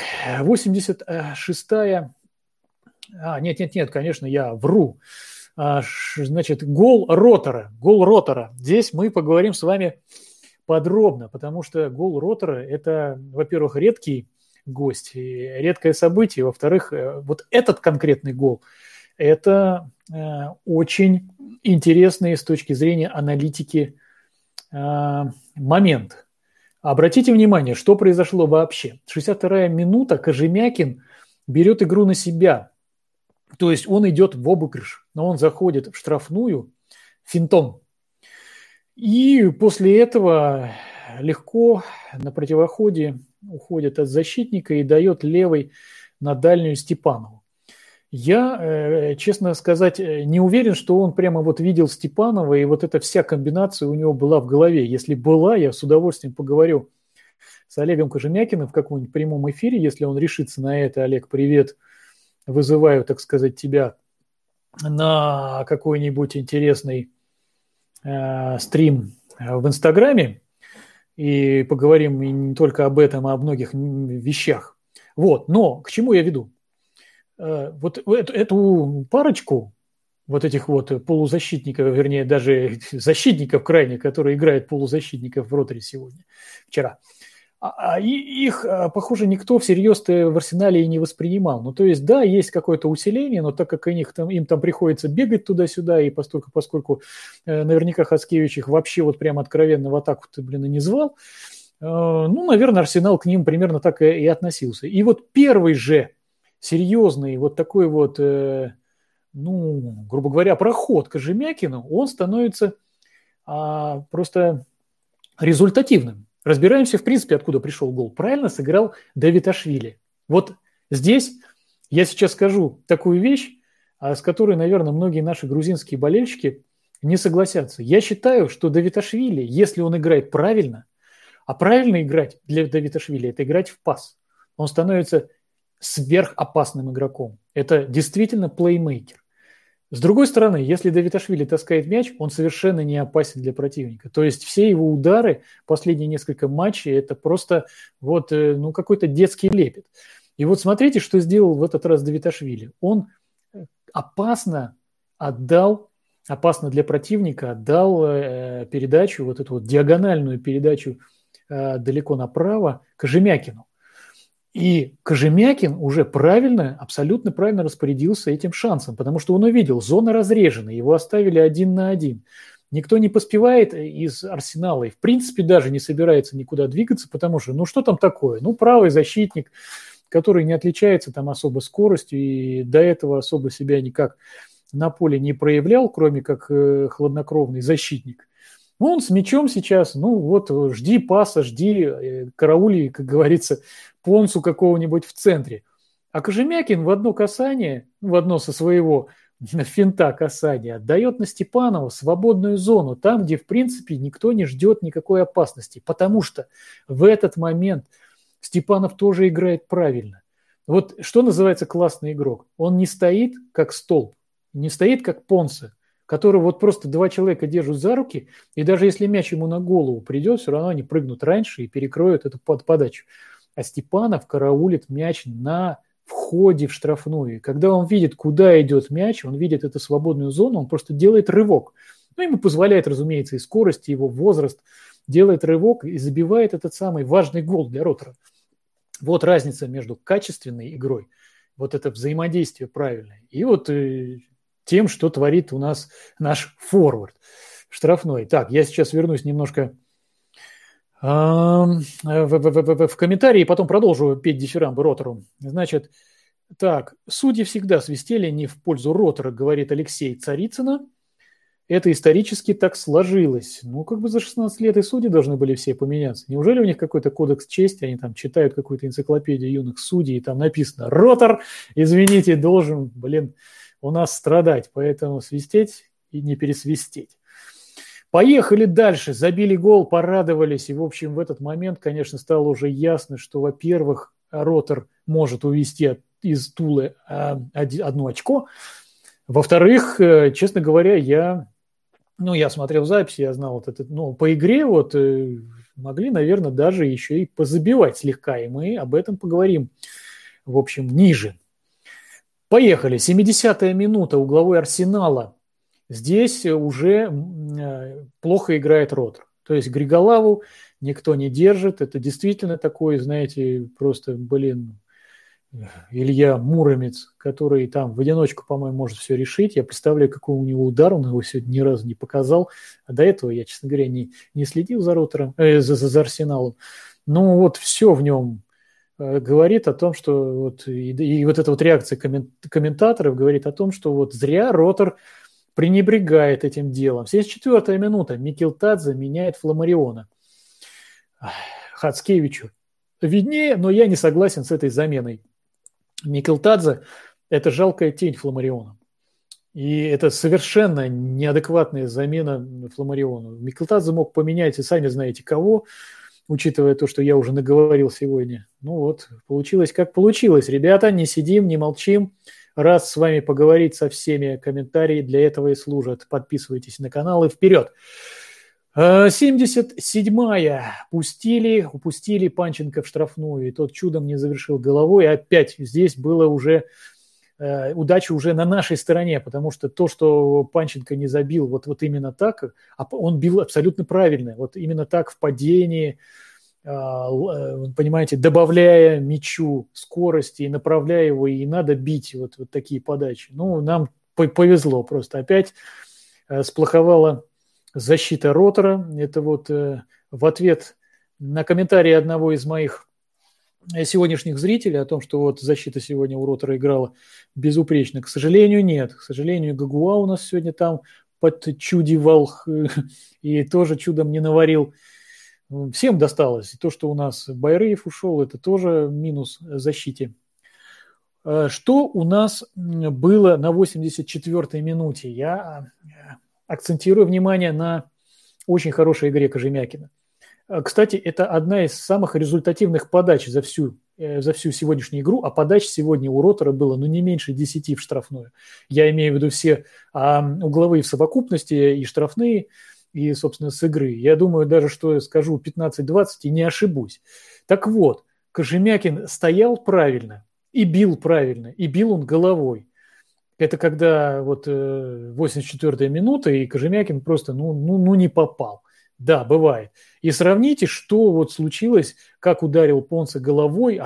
86-я. Нет, конечно, я вру. Значит, гол Ротора. Здесь мы поговорим с вами подробно, потому что гол Ротора – это, во-первых, редкий гость, редкое событие. Во-вторых, вот этот конкретный гол – это очень интересный с точки зрения аналитики момент. Обратите внимание, что произошло вообще. 62-я минута, Кожемякин берет игру на себя. То есть он идет в обыгрыш, но он заходит в штрафную финтом. И после этого легко на противоходе уходит от защитника и дает левой на дальнюю Степанову. Я, честно сказать, не уверен, что он прямо вот видел Степанова, и вот эта вся комбинация у него была в голове. Если была, я с удовольствием поговорю с Олегом Кожемякиным в каком-нибудь прямом эфире, если он решится на это. Олег, привет, вызываю, так сказать, тебя на какой-нибудь интересный стрим в Инстаграме, и поговорим не только об этом, а о многих вещах. Вот, но к чему я веду? Вот эту парочку, вот этих вот полузащитников, вернее, даже защитников крайне, которые играют полузащитников в роторе сегодня, вчера. Их, похоже, никто всерьез-то в Арсенале и не воспринимал. Ну, то есть, да, есть какое-то усиление, но так как им там приходится бегать туда-сюда, и поскольку наверняка Хацкевич их вообще вот прям откровенно в атаку-то, и не звал, ну, наверное, Арсенал к ним примерно так и относился. И вот первый же серьезный вот такой вот, ну, грубо говоря, проход Кожемякину, он становится просто результативным. Разбираемся, в принципе, откуда пришел гол. Правильно сыграл Давидашвили. Вот здесь я сейчас скажу такую вещь, с которой, наверное, многие наши грузинские болельщики не согласятся. Я считаю, что Давидашвили, если он играет правильно, а правильно играть для Давидашвили – это играть в пас. Он становится сверхопасным игроком. Это действительно плеймейкер. С другой стороны, если Давидашвили таскает мяч, он совершенно не опасен для противника. То есть все его удары, последние несколько матчей, это просто вот, ну, какой-то детский лепет. И вот смотрите, что сделал в этот раз Давидашвили. Он опасно для противника отдал передачу, вот эту вот диагональную передачу далеко направо Кожемякину. И Кожемякин уже правильно, абсолютно правильно распорядился этим шансом, потому что он увидел, зона разрежена, его оставили 1 на 1. Никто не поспевает из Арсенала и, в принципе, даже не собирается никуда двигаться, потому что, ну, что там такое? Ну, правый защитник, который не отличается там особо скоростью и до этого особо себя никак на поле не проявлял, кроме как хладнокровный защитник. Он с мячом сейчас, ну вот, жди паса, жди караули, как говорится, понсу какого-нибудь в центре. А Кожемякин в одно касание, в одно со своего финта касания, отдает на Степанова свободную зону, там, где, в принципе, никто не ждет никакой опасности, потому что в этот момент Степанов тоже играет правильно. Вот что называется классный игрок? Он не стоит как столб, не стоит как Понсе, который вот просто 2 человека держат за руки, и даже если мяч ему на голову придет, все равно они прыгнут раньше и перекроют эту подачу. А Степанов караулит мяч на входе в штрафную. И когда он видит, куда идет мяч, он видит эту свободную зону, он просто делает рывок. Ну, ему позволяет, разумеется, и скорость, и его возраст, делает рывок и забивает этот самый важный гол для Ротора. Вот разница между качественной игрой, вот это взаимодействие правильное, и вот тем, что творит у нас наш форвард штрафной. Так, я сейчас вернусь немножко в комментарии, и потом продолжу петь дифирамбы Ротору. Значит, так, судьи всегда свистели не в пользу Ротора, говорит Алексей Царицына. Это исторически так сложилось. Ну, как бы за 16 лет и судьи должны были все поменяться. Неужели у них какой-то кодекс чести, они там читают какую-то энциклопедию юных судей, и там написано «Ротор, извините, должен, у нас страдать, поэтому свистеть и не пересвистеть». Поехали дальше, забили гол, порадовались. И, в общем, в этот момент, конечно, стало уже ясно, что, во-первых, Ротор может увести из Тулы 1 очко. Во-вторых, честно говоря, я смотрел записи, я знал вот это, по игре вот могли, наверное, даже еще и позабивать слегка, и мы об этом поговорим, в общем, ниже. Поехали. 70-я минута, угловой Арсенала. Здесь уже плохо играет Ротор. То есть Григолаву никто не держит. Это действительно такой, знаете, просто, Илья Муромец, который там в одиночку, по-моему, может все решить. Я представляю, какой у него удар, он его сегодня ни разу не показал. А до этого я, честно говоря, не следил за Ротором, за Арсеналом. Но вот все в нем говорит о том, что вот, и вот эта вот реакция комментаторов говорит о том, что вот зря Ротор пренебрегает этим делом. 74-я минута. Микелтадзе меняет Фламариона. Хацкевичу виднее, но я не согласен с этой заменой. Микелтадзе – это жалкая тень Фламариона. И это совершенно неадекватная замена Фламариону. Микелтадзе мог поменять, и сами знаете кого, учитывая то, что я уже наговорил сегодня. Ну вот, получилось как получилось. Ребята, не сидим, не молчим. Раз с вами поговорить со всеми, комментарии для этого и служат. Подписывайтесь на канал и вперед. 77-я. Упустили Панченко в штрафную, и тот чудом не завершил головой. Опять здесь было уже удача уже на нашей стороне, потому что то, что Панченко не забил вот именно так, он бил абсолютно правильно, вот именно так в падении, понимаете, добавляя мячу скорости и направляя его, и надо бить вот такие подачи. Ну, нам повезло просто. Опять сплоховала защита Ротора. Это вот в ответ на комментарий одного из моих сегодняшних зрителей о том, что вот защита сегодня у Ротора играла безупречно. К сожалению, нет. К сожалению, Гагуа у нас сегодня там подчудивал и тоже чудом не наварил. Всем досталось. И то, что у нас Байреев ушел, это тоже минус защите. Что у нас было на 84-й минуте? Я акцентирую внимание на очень хорошей игре Кожемякина. Кстати, это одна из самых результативных подач за всю сегодняшнюю игру, а подач сегодня у Ротора было не меньше 10 в штрафную. Я имею в виду все угловые в совокупности, и штрафные, и, собственно, с игры. Я думаю даже, что скажу 15-20 и не ошибусь. Так вот, Кожемякин стоял правильно и бил правильно, и бил он головой. Это когда вот 84-я минута, и Кожемякин просто не попал. Да, бывает. И сравните, что вот случилось, как ударил Понса головой.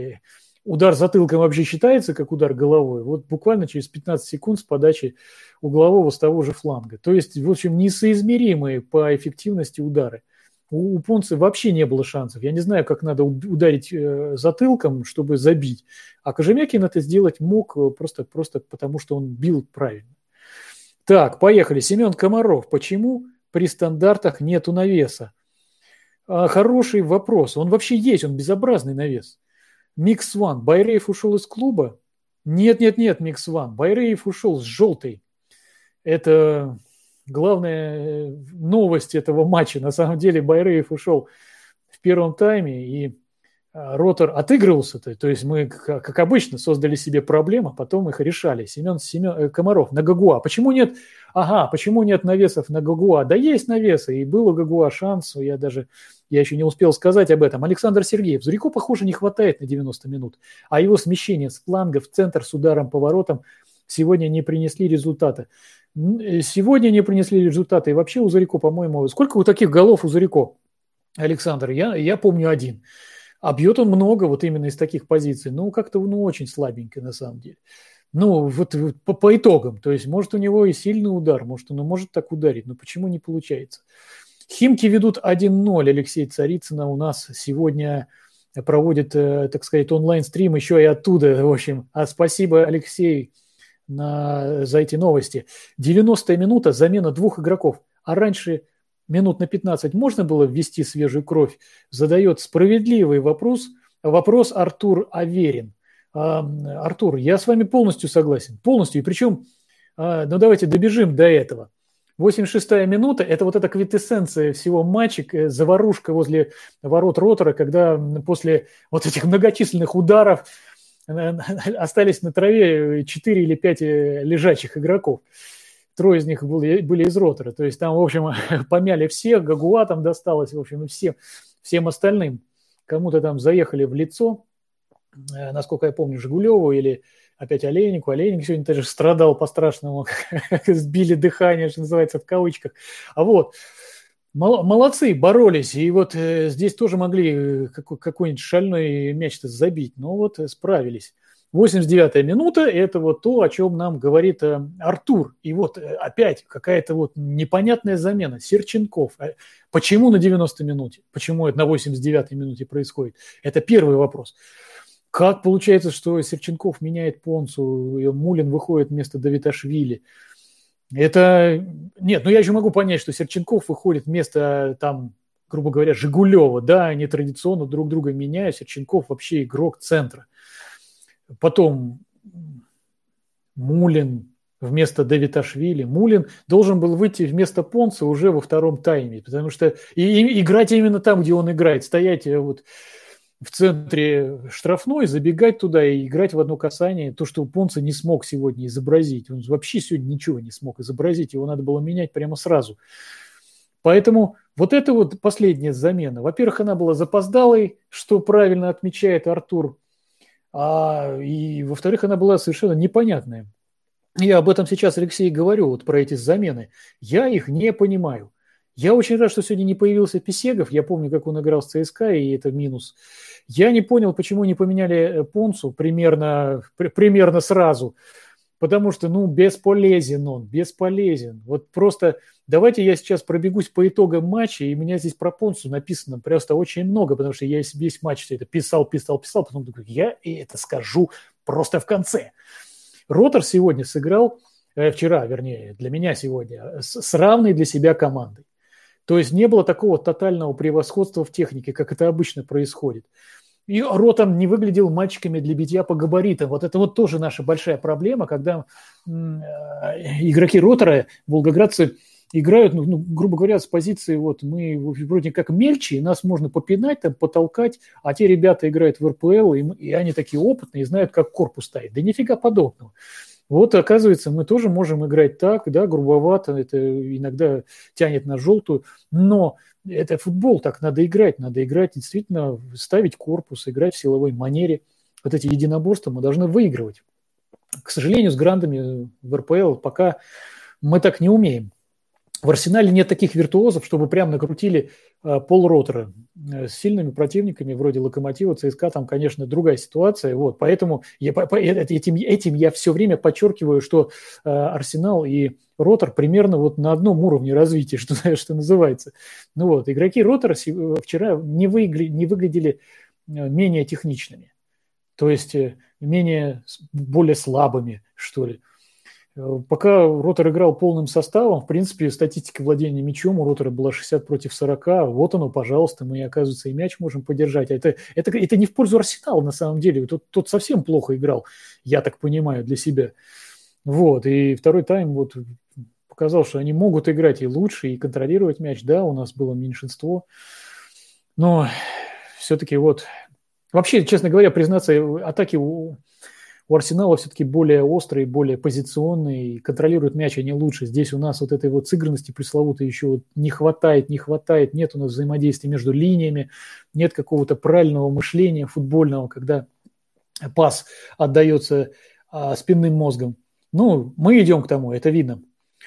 Удар затылком вообще считается как удар головой. Вот буквально через 15 секунд с подачи углового с того же фланга. То есть, в общем, несоизмеримые по эффективности удары. У Понса вообще не было шансов. Я не знаю, как надо ударить затылком, чтобы забить. А Кожемякин это сделать мог просто потому, что он бил правильно. Так, поехали. Семен Комаров. Почему при стандартах нету навеса? Хороший вопрос. Он вообще есть, он безобразный навес. Микс Ван. Байреев ушел из клуба? Нет, Микс Ван. Байреев ушел с желтой. Это главная новость этого матча. На самом деле Байреев ушел в первом тайме, и Ротор отыгрывался-то. То есть мы, как обычно, создали себе проблемы, потом их решали. Семен Комаров на Гагуа. Почему нет? Почему нет навесов на Гагуа? Да есть навесы, и был у Гагуа шанс. Я еще не успел сказать об этом. Александр Сергеев. Зурико, похоже, не хватает на 90 минут. А его смещение с фланга в центр с ударом поворотом сегодня не принесли результата. Сегодня не принесли результаты. И вообще у Зурико, по-моему, сколько у таких голов у Зурико, Александр? Я помню один. А бьет он много вот именно из таких позиций. Как-то очень слабенько на самом деле. Вот по итогам. То есть, может, у него и сильный удар, может, он может так ударить, но почему не получается? Химки ведут 1-0. Алексей Царицына у нас сегодня проводит, так сказать, онлайн-стрим еще и оттуда. В общем, спасибо, Алексей, за эти новости. 90-я минута, замена 2 игроков. А раньше минут на 15 можно было ввести свежую кровь? Задает справедливый вопрос Артур Аверин. Артур, я с вами полностью согласен. Полностью. И причем, давайте добежим до этого. 86-я минута – это вот эта квинтэссенция всего матча, заварушка возле ворот Ротора, когда после вот этих многочисленных ударов остались на траве 4 или 5 лежачих игроков. 3 из них были из Ротора. То есть там, в общем, помяли всех, Гагуа там досталось, в общем, и всем остальным. Кому-то там заехали в лицо, насколько я помню, Жигулеву или опять Олейнику. Олейник сегодня тоже страдал по-страшному, сбили дыхание, что называется, в кавычках. Молодцы, боролись. И вот здесь тоже могли какой-нибудь шальной мяч-то забить. Но вот справились. 89-я минута – это вот то, о чем нам говорит Артур. И вот опять какая-то вот непонятная замена. Серченков. Почему на 90-й минуте? Почему это на 89-й минуте происходит? Это первый вопрос. Как получается, что Серченков меняет Понсу, Мулин выходит вместо Давиташвили? Нет, я еще могу понять, что Серченков выходит вместо, там, грубо говоря, Жигулева. Да, они традиционно друг друга меняют. Серченков вообще игрок центра. Потом Мулин вместо Давиташвили. Мулин должен был выйти вместо Понса уже во втором тайме, потому что и играть именно там, где он играет, стоять вот в центре штрафной, забегать туда и играть в одно касание. То, что Понса не смог сегодня изобразить. Он вообще сегодня ничего не смог изобразить. Его надо было менять прямо сразу. Поэтому вот это вот последняя замена. Во-первых, она была запоздалой, что правильно отмечает Артур. И, во-вторых, она была совершенно непонятная. Я об этом сейчас, Алексей, говорю, вот про эти замены. Я их не понимаю. Я очень рад, что сегодня не появился Писегов. Я помню, как он играл с ЦСКА, и это минус. Я не понял, почему не поменяли Понсу примерно сразу. Потому что, бесполезен он, бесполезен. Вот просто давайте я сейчас пробегусь по итогам матча, и у меня здесь про Понсу написано просто очень много, потому что я весь матч все это писал, потом думаю, я это скажу просто в конце. Ротор сегодня сыграл, вчера, вернее, для меня сегодня, с равной для себя командой. То есть не было такого тотального превосходства в технике, как это обычно происходит. И Ротор не выглядел мальчиками для битья по габаритам. Вот это вот тоже наша большая проблема, когда игроки Ротора, волгоградцы, играют, грубо говоря, с позиции, вот мы вроде как мельче, и нас можно попинать, там, потолкать, а те ребята играют в РПЛ, и они такие опытные, и знают, как корпус ставить. Да нифига подобного. Вот, оказывается, мы тоже можем играть так, да, грубовато, это иногда тянет на желтую, но это футбол, так надо играть действительно, ставить корпус, играть в силовой манере. Вот эти единоборства мы должны выигрывать. К сожалению, с грандами в РПЛ пока мы так не умеем. В Арсенале нет таких виртуозов, чтобы прям накрутили полротора. С сильными противниками вроде Локомотива, ЦСКА, там, конечно, другая ситуация. Вот, поэтому этим я все время подчеркиваю, что Арсенал и Ротор примерно вот на одном уровне развития, что называется. Игроки Ротора вчера не выглядели менее техничными, то есть более слабыми, что ли. Пока Ротор играл полным составом, в принципе, статистика владения мячом у Ротора была 60 против 40. Вот оно, пожалуйста, мы, оказывается, и мяч можем подержать. Это не в пользу Арсенала, на самом деле. Тот совсем плохо играл, я так понимаю, для себя. И второй тайм показал, что они могут играть и лучше, и контролировать мяч. Да, у нас было меньшинство. Но все-таки вообще, честно говоря, признаться, атаки у Арсенала все-таки более острые, более позиционные, контролируют мяч они лучше. Здесь у нас этой сыгранности пресловутой еще не хватает, нет у нас взаимодействия между линиями, нет какого-то правильного мышления футбольного, когда пас отдается спинным мозгом. Мы идем к тому, это видно.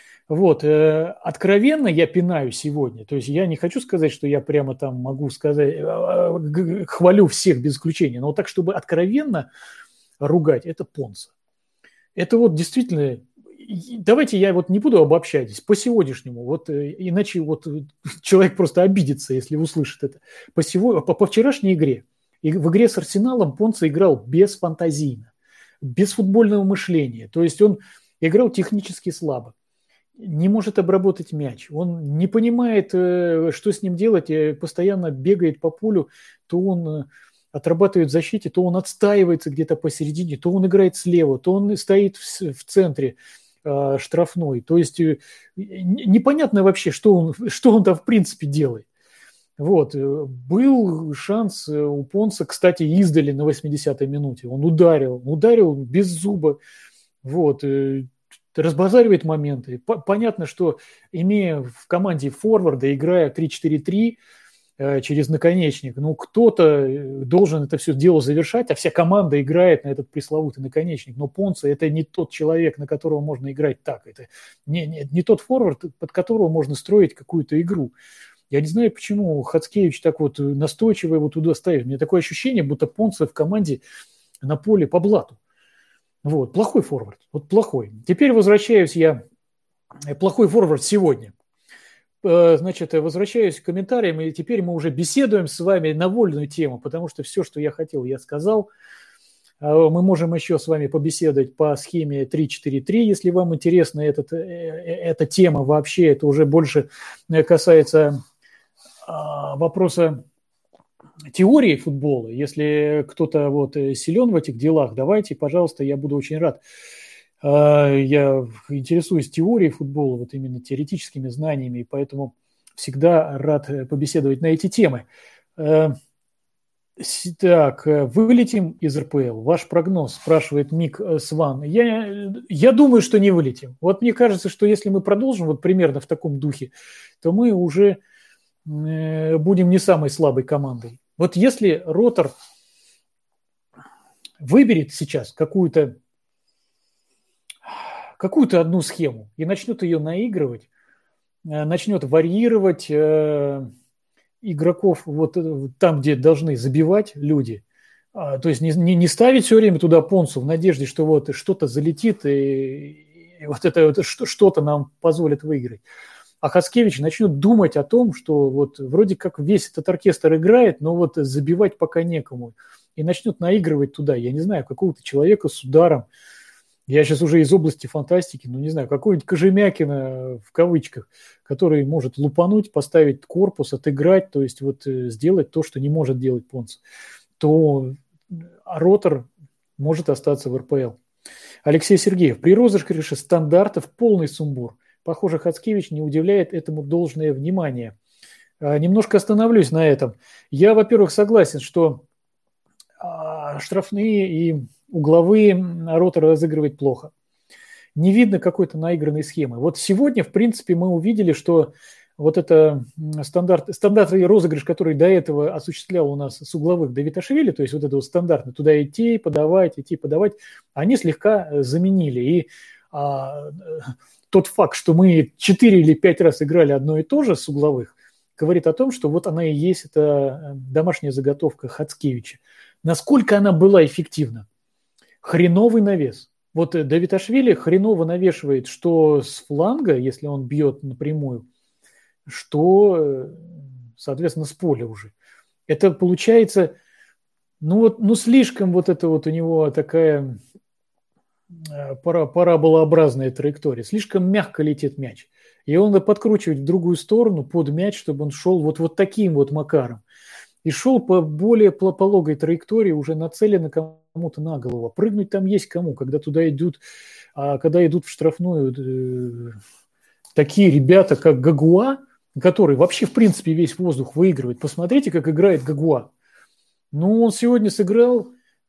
Откровенно я пинаю сегодня, то есть я не хочу сказать, что я прямо там могу сказать, хвалю всех без исключения, но так, чтобы откровенно ругать, это Понса. Это действительно, давайте я не буду обобщать по сегодняшнему, иначе человек просто обидится, если услышит это. По вчерашней игре, и в игре с Арсеналом Понса играл бесфантазийно, без футбольного мышления, то есть он играл технически слабо, не может обработать мяч, он не понимает, что с ним делать, постоянно бегает по полю, то он отрабатывает в защите, то он отстаивается где-то посередине, то он играет слева, то он стоит в центре штрафной. То есть непонятно вообще, что он там в принципе делает. Был шанс у Понса, кстати, издали на 80-й минуте. Он ударил без зуба. Разбазаривает моменты. Понятно, что имея в команде форварда, играя 3-4-3, через наконечник. Кто-то должен это все дело завершать, а вся команда играет на этот пресловутый наконечник. Но Понса – это не тот человек, на которого можно играть так. Это не тот форвард, под которого можно строить какую-то игру. Я не знаю, почему Хацкевич так настойчиво его туда ставит. У меня такое ощущение, будто Понса в команде на поле по блату. Плохой форвард. Плохой. Теперь возвращаюсь я. Плохой форвард сегодня. Значит, возвращаюсь к комментариям, и теперь мы уже беседуем с вами на вольную тему, потому что все, что я хотел, я сказал. Мы можем еще с вами побеседовать по схеме 3-4-3, если вам интересна эта тема вообще. Это уже больше касается вопроса теории футбола. Если кто-то силен в этих делах, давайте, пожалуйста, я буду очень рад. Я интересуюсь теорией футбола, именно теоретическими знаниями, и поэтому всегда рад побеседовать на эти темы. Так, вылетим из РПЛ. Ваш прогноз, спрашивает Мик Сван. Я думаю, что не вылетим. Мне кажется, что если мы продолжим примерно в таком духе, то мы уже будем не самой слабой командой. Если Ротор выберет сейчас какую-то одну схему и начнет ее наигрывать, начнет варьировать игроков вот там, где должны забивать люди, то есть не ставить все время туда Понсу в надежде, что вот что-то залетит и вот это что-то нам позволит выиграть. А Хацкевич начнет думать о том, что вот вроде как весь этот оркестр играет, но вот забивать пока некому. И начнет наигрывать туда, я не знаю, какого-то человека с ударом. Я сейчас уже из области фантастики, ну не знаю, какой-нибудь Кожемякина в кавычках, который может лупануть, поставить корпус, отыграть, то есть вот сделать то, что не может делать Понс. То Ротор может остаться в РПЛ. Алексей Сергеев. При розыгрыше стандартов полный сумбур. Похоже, Хацкевич не уделяет этому должное внимание. Немножко остановлюсь на этом. Я, во-первых, согласен, что штрафные и угловые Ротор разыгрывает плохо. Не видно какой-то наигранной схемы. Вот сегодня, в принципе, мы увидели, что вот это стандартный розыгрыш, который до этого осуществлял у нас с угловых Давиташвили, то есть вот это вот стандартно, туда идти, подавать, они слегка заменили. И тот факт, что мы 4 или 5 раз играли одно и то же с угловых, говорит о том, что вот она и есть, это домашняя заготовка Хацкевича. Насколько она была эффективна? Хреновый навес. Вот Давиташвили хреново навешивает, что с фланга, если он бьет напрямую, что, соответственно, с поля уже. Это получается, слишком вот это вот у него такая параболообразная траектория. Слишком мягко летит мяч. И он надо подкручивать в другую сторону под мяч, чтобы он шел вот таким вот макаром. И шел по более пологой траектории, уже нацеленно кому-то на голову. Прыгнуть там есть кому, когда туда идут, когда идут в штрафную такие ребята, как Гагуа, который вообще, в принципе, весь воздух выигрывает. Посмотрите, как играет Гагуа. Он сегодня сыграл,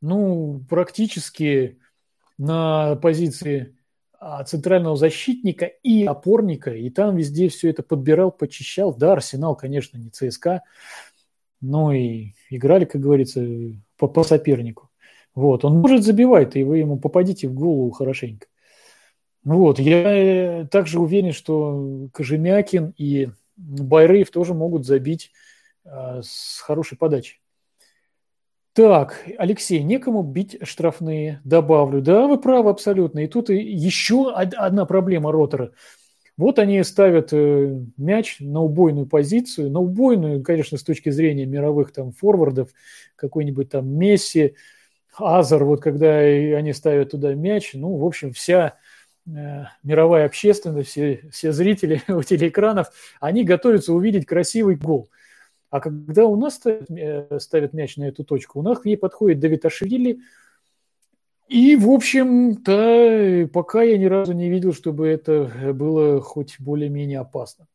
практически на позиции центрального защитника и опорника, и там везде все это подбирал, почищал. Да, Арсенал, конечно, не ЦСКА, но и играли, как говорится, по сопернику. Вот, он может забивать, и вы ему попадите в голову хорошенько. Вот, я также уверен, что Кожемякин и Байреев тоже могут забить с хорошей подачей. Так, Алексей, некому бить штрафные, добавлю. Да, вы правы абсолютно. И тут еще одна проблема Ротора. Вот они ставят мяч на убойную позицию. На убойную, конечно, с точки зрения мировых там форвардов, какой-нибудь там Месси, Азар, вот когда они ставят туда мяч, в общем, вся мировая общественность, все зрители у телеэкранов, они готовятся увидеть красивый гол. А когда у нас ставят мяч на эту точку, у нас к ней подходит Давиташвили. И, в общем-то, пока я ни разу не видел, чтобы это было хоть более-менее опасно.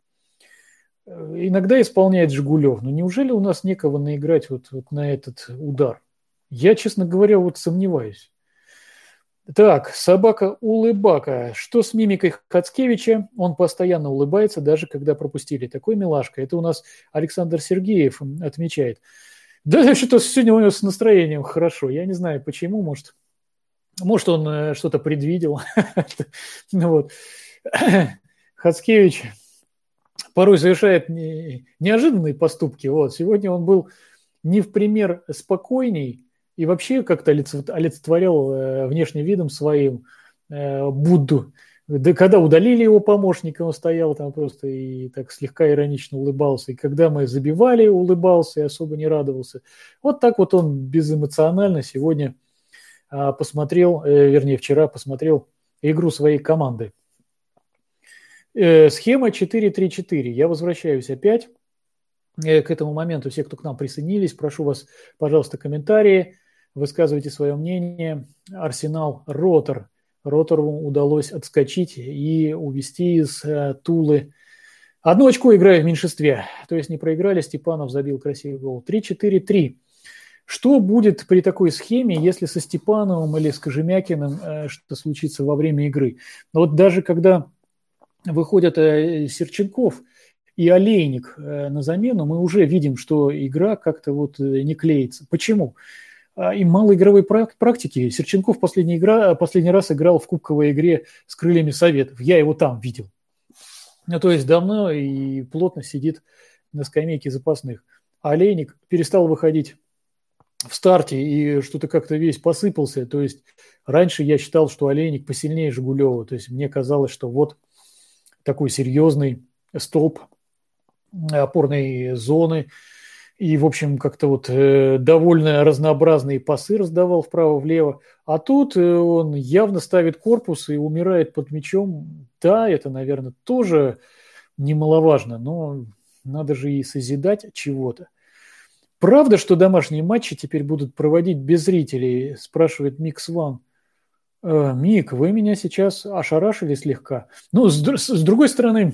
Иногда исполняет Жигулев. Но неужели у нас некого наиграть вот на этот удар? Я, честно говоря, сомневаюсь. Так, собака-улыбака. Что с мимикой Хацкевича? Он постоянно улыбается, даже когда пропустили. Такой милашка. Это у нас Александр Сергеев отмечает. Да, что-то сегодня у него с настроением хорошо. Я не знаю, почему. Может он что-то предвидел. Хацкевич порой совершает неожиданные поступки. Сегодня он был не в пример спокойней, и вообще как-то олицетворял внешним видом своим Будду. Да, когда удалили его помощника, он стоял там просто и так слегка иронично улыбался. И когда мы забивали, улыбался и особо не радовался. Вот так вот он безэмоционально сегодня вчера посмотрел игру своей команды. Схема 4-3-4. Я возвращаюсь опять к этому моменту. Все, кто к нам присоединились, прошу вас, пожалуйста, комментарии. Высказывайте свое мнение. Арсенал Ротор. Ротору удалось отскочить и увести из Тулы. 1 очко, играя в меньшинстве. То есть не проиграли, Степанов забил красивый гол. 3-4-3. Что будет при такой схеме, если со Степановым или с Кожемякиным что-то случится во время игры? Но вот даже когда выходят Серченков и Олейник на замену, мы уже видим, что игра как-то не клеится. Почему? и мало игровой практики. Серченков последний раз играл в кубковой игре с Крыльями Советов. Я его там видел. Ну, то есть давно и плотно сидит на скамейке запасных. А Олейник перестал выходить в старте и что-то как-то весь посыпался. То есть раньше я считал, что Олейник посильнее Жигулева. То есть мне казалось, что вот такой серьезный столб опорной зоны. И, в общем, как-то вот довольно разнообразные пасы раздавал вправо-влево. А тут он явно ставит корпус и умирает под мячом. Да, это, наверное, тоже немаловажно, но надо же и созидать чего-то. Правда, что домашние матчи теперь будут проводить без зрителей, спрашивает Микс Ван. Мик, вы меня сейчас ошарашили слегка. Ну, с другой стороны,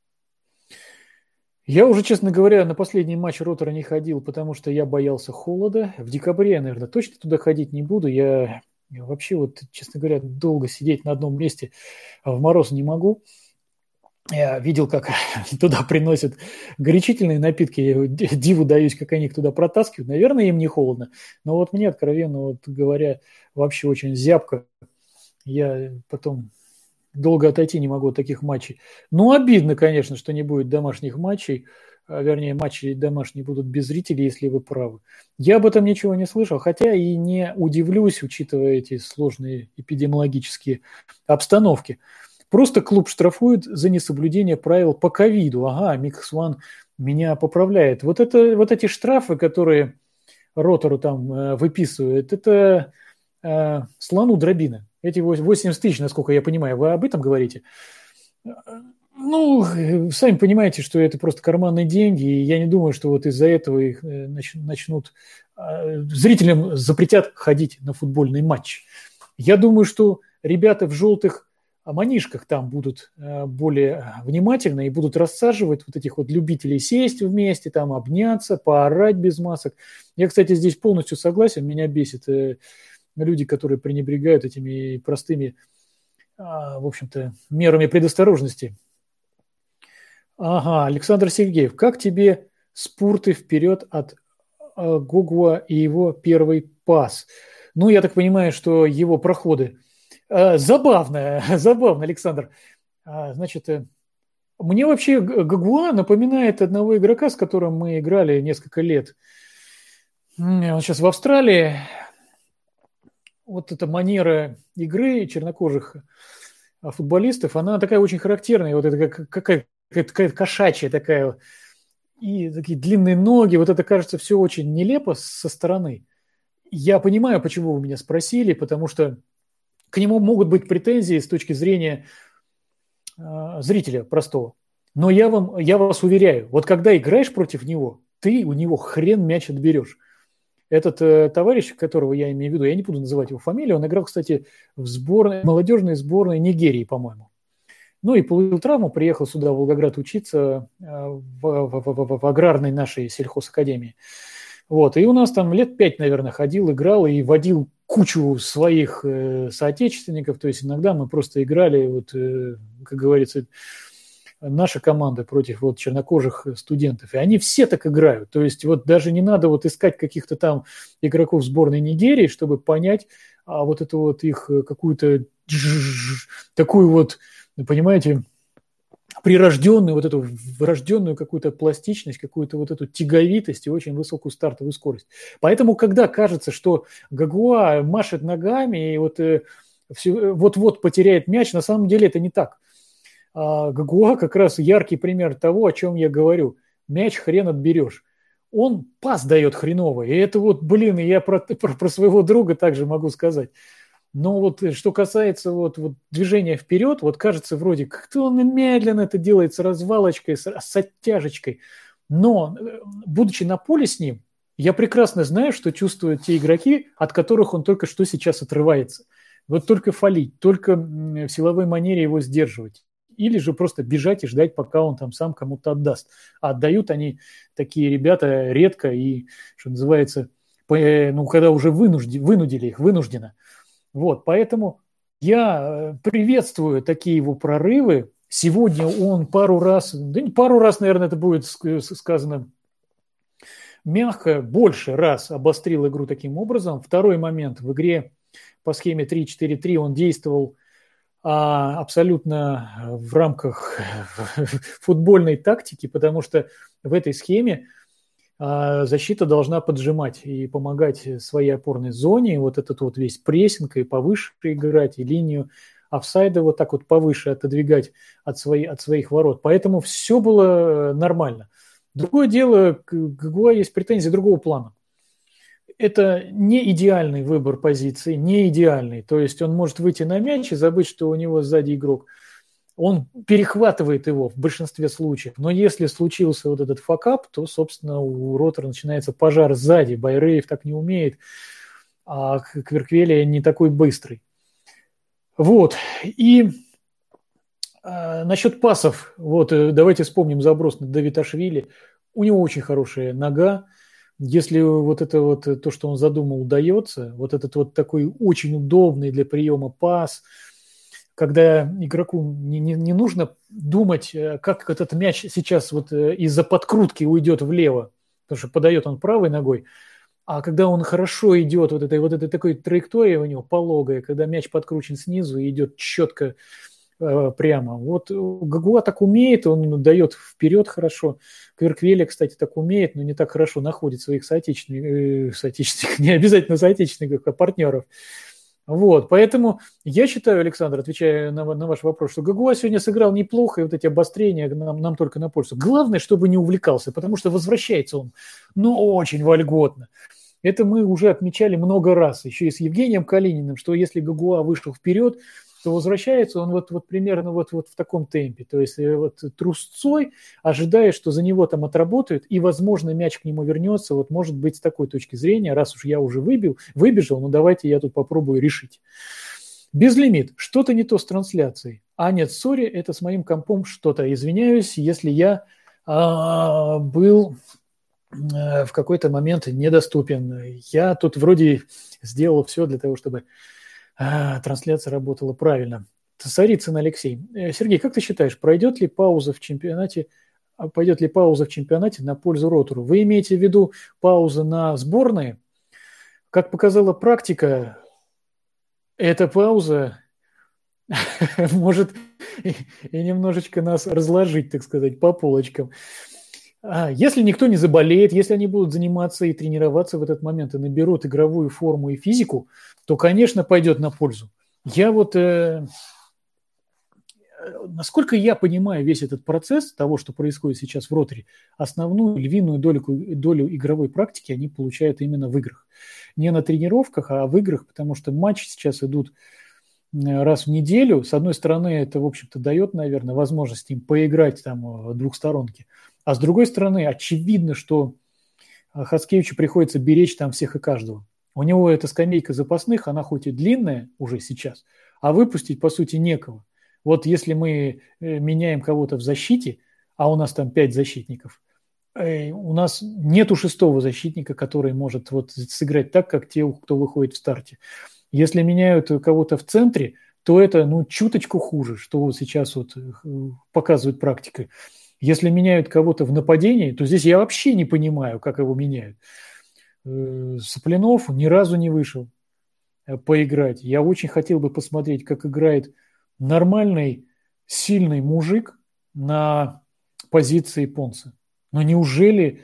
я уже, честно говоря, на последний матч Ротора не ходил, потому что я боялся холода. В декабре я, наверное, точно туда ходить не буду. Я вообще, вот, честно говоря, долго сидеть на одном месте в мороз не могу. Я видел, как туда приносят горячительные напитки. Я диву даюсь, как они их туда протаскивают. Наверное, им не холодно. Но вот мне, откровенно вот говоря, вообще очень зябко. Я потом долго отойти не могу от таких матчей. Ну, обидно, конечно, что не будет домашних матчей. Вернее, матчи домашние будут без зрителей, если вы правы. Я об этом ничего не слышал, хотя и не удивлюсь, учитывая эти сложные эпидемиологические обстановки. Просто клуб штрафует за несоблюдение правил по ковиду. Ага, Микс Ван меня поправляет. Вот эти штрафы, которые Ротору там выписывают, это слону дробина. Эти 80 тысяч, насколько я понимаю, вы об этом говорите? Ну, сами понимаете, что это просто карманные деньги, и я не думаю, что вот из-за этого их начнут... Зрителям запретят ходить на футбольный матч. Я думаю, что ребята в желтых манишках там будут более внимательны и будут рассаживать вот этих вот любителей сесть вместе, там обняться, поорать без масок. Я, кстати, здесь полностью согласен, меня бесит люди, которые пренебрегают этими простыми, в общем-то, мерами предосторожности. Ага, Александр Сергеев, как тебе спурты вперед от Гогуа и его первый пас? Ну, я так понимаю, что его проходы. Забавно, Александр. Значит, мне вообще Гогуа напоминает одного игрока, с которым мы играли несколько лет. Он сейчас в Австралии. Вот эта манера игры чернокожих футболистов, она такая очень характерная. Вот это какая-то кошачья такая. И такие длинные ноги. Вот это кажется все очень нелепо со стороны. Я понимаю, почему вы меня спросили, потому что к нему могут быть претензии с точки зрения зрителя простого. Но я вас уверяю, вот когда играешь против него, ты у него хрен мяч отберешь. Этот товарищ, которого я имею в виду, я не буду называть его фамилию, он играл, кстати, в молодежной сборной Нигерии, по-моему. Ну и получил травму, приехал сюда, в Волгоград, учиться в аграрной нашей сельхозакадемии. Вот, и у нас там лет 5, наверное, ходил, играл и водил кучу своих соотечественников, то есть иногда мы просто играли, вот, как говорится, наша команда против вот чернокожих студентов, и они все так играют, то есть вот даже не надо вот искать каких-то там игроков сборной Нигерии, чтобы понять вот эту вот их какую-то такую вот, понимаете, прирожденную, вот эту врожденную какую-то пластичность, какую-то вот эту тяговитость и очень высокую стартовую скорость. Поэтому, когда кажется, что Гогуа машет ногами и вот-вот потеряет мяч, на самом деле это не так. Гогуа как раз яркий пример того, о чем я говорю. Мяч хрен отберешь. Он пас дает хреново. И это вот, блин, я про своего друга также могу сказать. Но вот что касается вот движения вперед, вот кажется вроде как-то он медленно это делает с развалочкой, с оттяжечкой. Но, будучи на поле с ним, я прекрасно знаю, что чувствуют те игроки, от которых он только что сейчас отрывается. Вот только фалить, только в силовой манере его сдерживать. Или же просто бежать и ждать, пока он там сам кому-то отдаст. А отдают они, такие ребята, редко и, что называется, когда уже вынудили их, вынужденно. Вот, поэтому я приветствую такие его прорывы. Сегодня он пару раз, наверное, это будет сказано мягко больше раз обострил игру таким образом. Второй момент. В игре по схеме 3-4-3 он действовал абсолютно в рамках футбольной тактики, потому что в этой схеме защита должна поджимать и помогать своей опорной зоне, вот этот вот весь прессинг и повыше играть, и линию офсайда вот так вот повыше отодвигать от своих ворот. Поэтому все было нормально. Другое дело, к Гагуа есть претензии другого плана. Это не идеальный выбор позиции, не идеальный. То есть он может выйти на мяч и забыть, что у него сзади игрок. Он перехватывает его в большинстве случаев. Но если случился вот этот факап, то, собственно, у Ротора начинается пожар сзади. Байреев так не умеет, а Кверквелия не такой быстрый. Вот. И насчет пасов. Вот давайте вспомним заброс на Давиташвили. У него очень хорошая нога. Если вот это вот то, что он задумал, удается, вот этот вот такой очень удобный для приема пас, когда игроку не нужно думать, как этот мяч сейчас вот из-за подкрутки уйдет влево, потому что подает он правой ногой, а когда он хорошо идет, вот этой такой траектория у него пологая, когда мяч подкручен снизу и идет четко прямо. Вот Гагуа так умеет, он дает вперед хорошо. Кверквелия, кстати, так умеет, но не так хорошо находит своих соотечественников, не обязательно соотечественников, а партнеров. Вот, поэтому я считаю, Александр, отвечая на ваш вопрос, что Гагуа сегодня сыграл неплохо, и вот эти обострения нам только на пользу. Главное, чтобы не увлекался, потому что возвращается он, очень вольготно. Это мы уже отмечали много раз, еще и с Евгением Калининым, что если Гагуа вышел вперед, то возвращается он вот примерно вот в таком темпе. То есть вот трусцой, ожидая, что за него там отработают, и, возможно, мяч к нему вернется. Вот может быть с такой точки зрения, раз уж я уже выбежал, давайте я тут попробую решить. Безлимит. Что-то не то с трансляцией. Нет, сори, это с моим компом что-то. Извиняюсь, если я был в какой-то момент недоступен. Я тут вроде сделал все для того, чтобы трансляция работала правильно. Царицын Алексей. Сергей, как ты считаешь, пойдет ли пауза в чемпионате на пользу Ротору? Вы имеете в виду пауза на сборные? Как показала практика, эта пауза может и немножечко нас разложить, так сказать, по полочкам. Если никто не заболеет, если они будут заниматься и тренироваться в этот момент и наберут игровую форму и физику, то, конечно, пойдет на пользу. Я вот, насколько я понимаю весь этот процесс того, что происходит сейчас в Роторе, основную львиную долю игровой практики они получают именно в играх. Не на тренировках, а в играх, потому что матчи сейчас идут раз в неделю. С одной стороны, это, в общем-то, дает, наверное, возможность им поиграть там в двухсторонке. А с другой стороны, очевидно, что Хацкевичу приходится беречь там всех и каждого. У него эта скамейка запасных, она хоть и длинная уже сейчас, а выпустить, по сути, некого. Вот если мы меняем кого-то в защите, а у нас там 5 защитников, у нас нету 6-го защитника, который может вот сыграть так, как те, кто выходит в старте. Если меняют кого-то в центре, то это, чуточку хуже, что вот сейчас вот показывает практика. Если меняют кого-то в нападении, то здесь я вообще не понимаю, как его меняют. Соплинов ни разу не вышел поиграть. Я очень хотел бы посмотреть, как играет нормальный, сильный мужик на позиции Понса. Но неужели,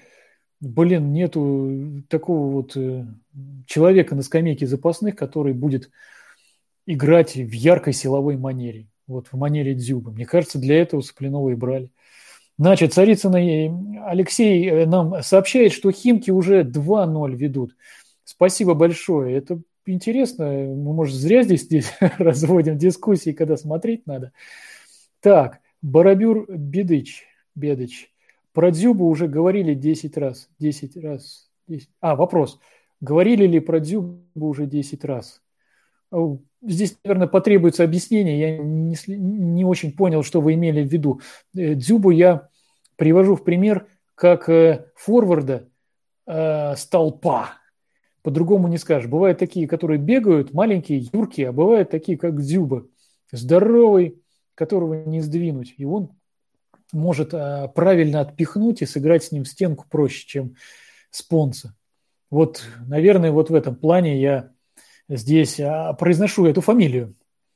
нету такого вот человека на скамейке запасных, который будет играть в яркой силовой манере, вот в манере Дзюбы. Мне кажется, для этого Соплинова и брали. Значит, Царицын Алексей нам сообщает, что Химки уже 2-0 ведут. Спасибо большое. Это интересно. Мы, может, зря здесь разводим дискуссии, когда смотреть надо. Так, Барабюр Бедыч. Про Дзюбу уже говорили 10 раз. 10 раз. 10. Вопрос. Говорили ли про Дзюбу уже 10 раз? Здесь, наверное, потребуется объяснение. Я не очень понял, что вы имели в виду. Дзюбу я привожу в пример как форварда столпа. По-другому не скажешь. Бывают такие, которые бегают, маленькие, юркие, а бывают такие, как Дзюба. Здоровый, которого не сдвинуть. И он может правильно отпихнуть и сыграть с ним в стенку проще, чем с Понса. Вот, наверное, вот в этом плане я здесь произношу эту фамилию.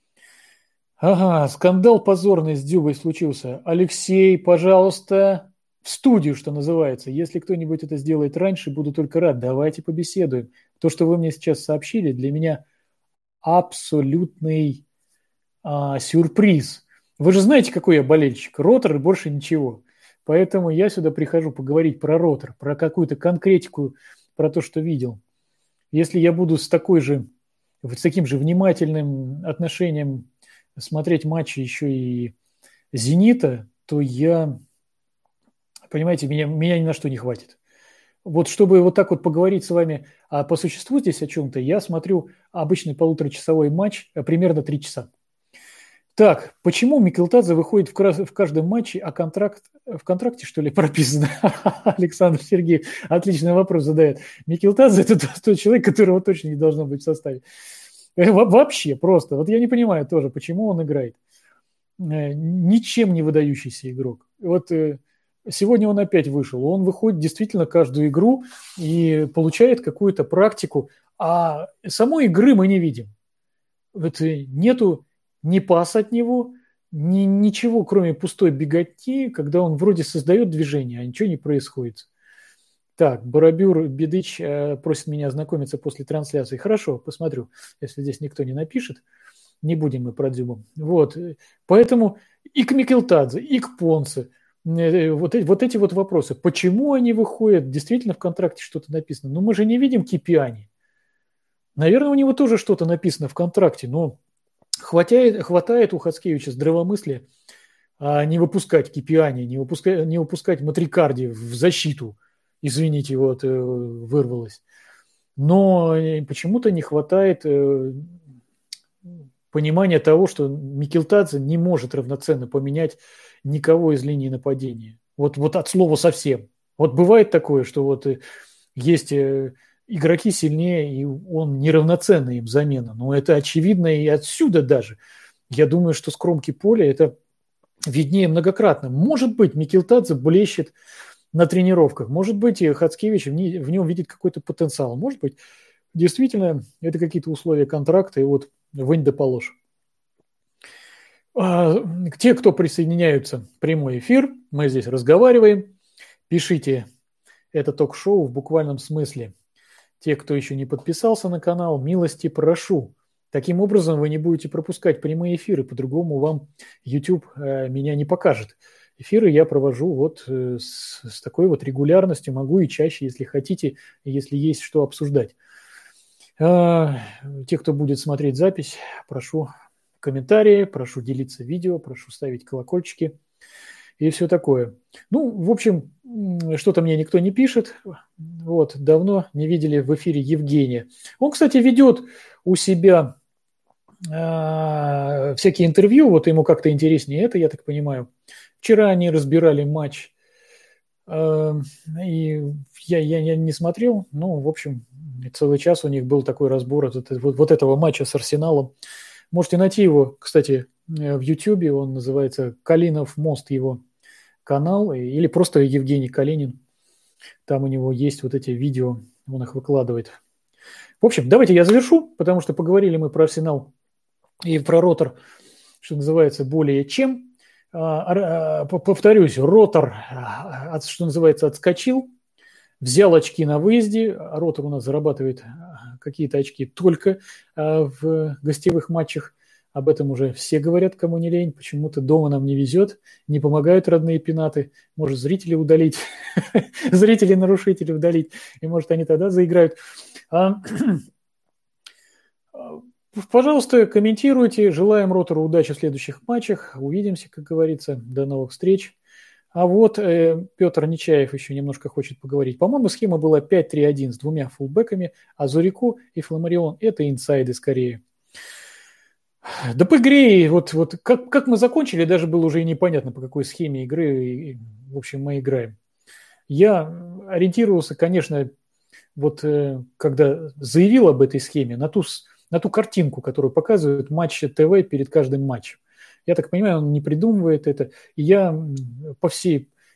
Ага, скандал позорный с Дзюбой случился. Алексей, пожалуйста, в студию, что называется. Если кто-нибудь это сделает раньше, буду только рад. Давайте побеседуем. То, что вы мне сейчас сообщили, для меня абсолютный сюрприз. Вы же знаете, какой я болельщик. Ротор и больше ничего. Поэтому я сюда прихожу поговорить про ротор, про какую-то конкретику, про то, что видел. Если я буду с таким же внимательным отношением смотреть матчи еще и «Зенита», то понимаете, меня ни на что не хватит. Вот чтобы вот так вот поговорить с вами по существу здесь о чем-то, я смотрю обычный полуторачасовой матч, примерно 3 часа. Так, почему Микелтадзе выходит в каждом матче, а в контракте, что ли, прописано? Александр Сергеев отличный вопрос задает. Микелтадзе – это тот человек, которого точно не должно быть в составе. Вообще просто. Вот я не понимаю тоже, почему он играет. Ничем не выдающийся игрок. Вот сегодня он опять вышел. Он выходит действительно каждую игру и получает какую-то практику, а самой игры мы не видим. Вот нету ни паса от него, ничего, кроме пустой беготни, когда он вроде создает движение, а ничего не происходит. Так, Барабюр Бедыч просит меня ознакомиться после трансляции. Хорошо, посмотрю, если здесь никто не напишет. Не будем мы про Дзюбу. Вот, поэтому и к Микелтадзе, и к Понсе вот эти вот вопросы. Почему они выходят? Действительно в контракте что-то написано. Но мы же не видим Кипиани. Наверное, у него тоже что-то написано в контракте, но хватает у Хацкевича здравомыслия не выпускать Кипиани, не выпускать Матрикарди в защиту. Извините, вот вырвалось. Но почему-то не хватает понимания того, что Микелтадзе не может равноценно поменять никого из линии нападения. Вот от слова совсем. Вот бывает такое, что вот есть игроки сильнее, и он неравноценная им замена. Но это очевидно и отсюда даже. Я думаю, что с кромки поля это виднее многократно. Может быть, Микелтадзе блещет на тренировках. Может быть, и Хацкевич в нем видит какой-то потенциал. Может быть, действительно, это какие-то условия контракта, и вот вынь да положь. Те, кто присоединяются в прямой эфир, мы здесь разговариваем. Пишите это ток-шоу в буквальном смысле. Те, кто еще не подписался на канал, милости прошу. Таким образом, вы не будете пропускать прямые эфиры, по-другому вам YouTube меня не покажет. Эфиры я провожу вот с такой вот регулярностью, могу и чаще, если хотите, если есть что обсуждать. Те, кто будет смотреть запись, прошу комментарии, прошу делиться видео, прошу ставить колокольчики и все такое. Ну, в общем, что-то мне никто не пишет. Вот, давно не видели в эфире Евгения. Он, кстати, ведет у себя всякие интервью, вот ему как-то интереснее это, я так понимаю. Вчера они разбирали матч, и я не смотрел, но, в общем, целый час у них был такой разбор вот этого матча с Арсеналом. Можете найти его, кстати, в Ютьюбе, он называется «Калинов мост», его канал, или просто Евгений Калинин. Там у него есть вот эти видео, он их выкладывает. В общем, давайте я завершу, потому что поговорили мы про Арсенал и про ротор, что называется, более чем. Повторюсь, ротор, что называется, отскочил, взял очки на выезде. Ротор у нас зарабатывает какие-то очки только в гостевых матчах. Об этом уже все говорят, кому не лень. Почему-то дома нам не везет, не помогают родные пенаты. Может, зрители удалить, зрители-нарушители удалить, и может, они тогда заиграют. Пожалуйста, комментируйте. Желаем ротору удачи в следующих матчах. Увидимся, как говорится. До новых встреч. А вот Петр Нечаев еще немножко хочет поговорить. По-моему, схема была 5-3-1 с двумя фулбэками, а Зурико и Фламарион – это инсайды скорее. Да по игре, вот как мы закончили, даже было уже и непонятно, по какой схеме игры, в общем, мы играем. Я ориентировался, конечно, вот когда заявил об этой схеме, на ту картинку, которую показывают матч ТВ перед каждым матчем. Я так понимаю, он не придумывает это. И я по всей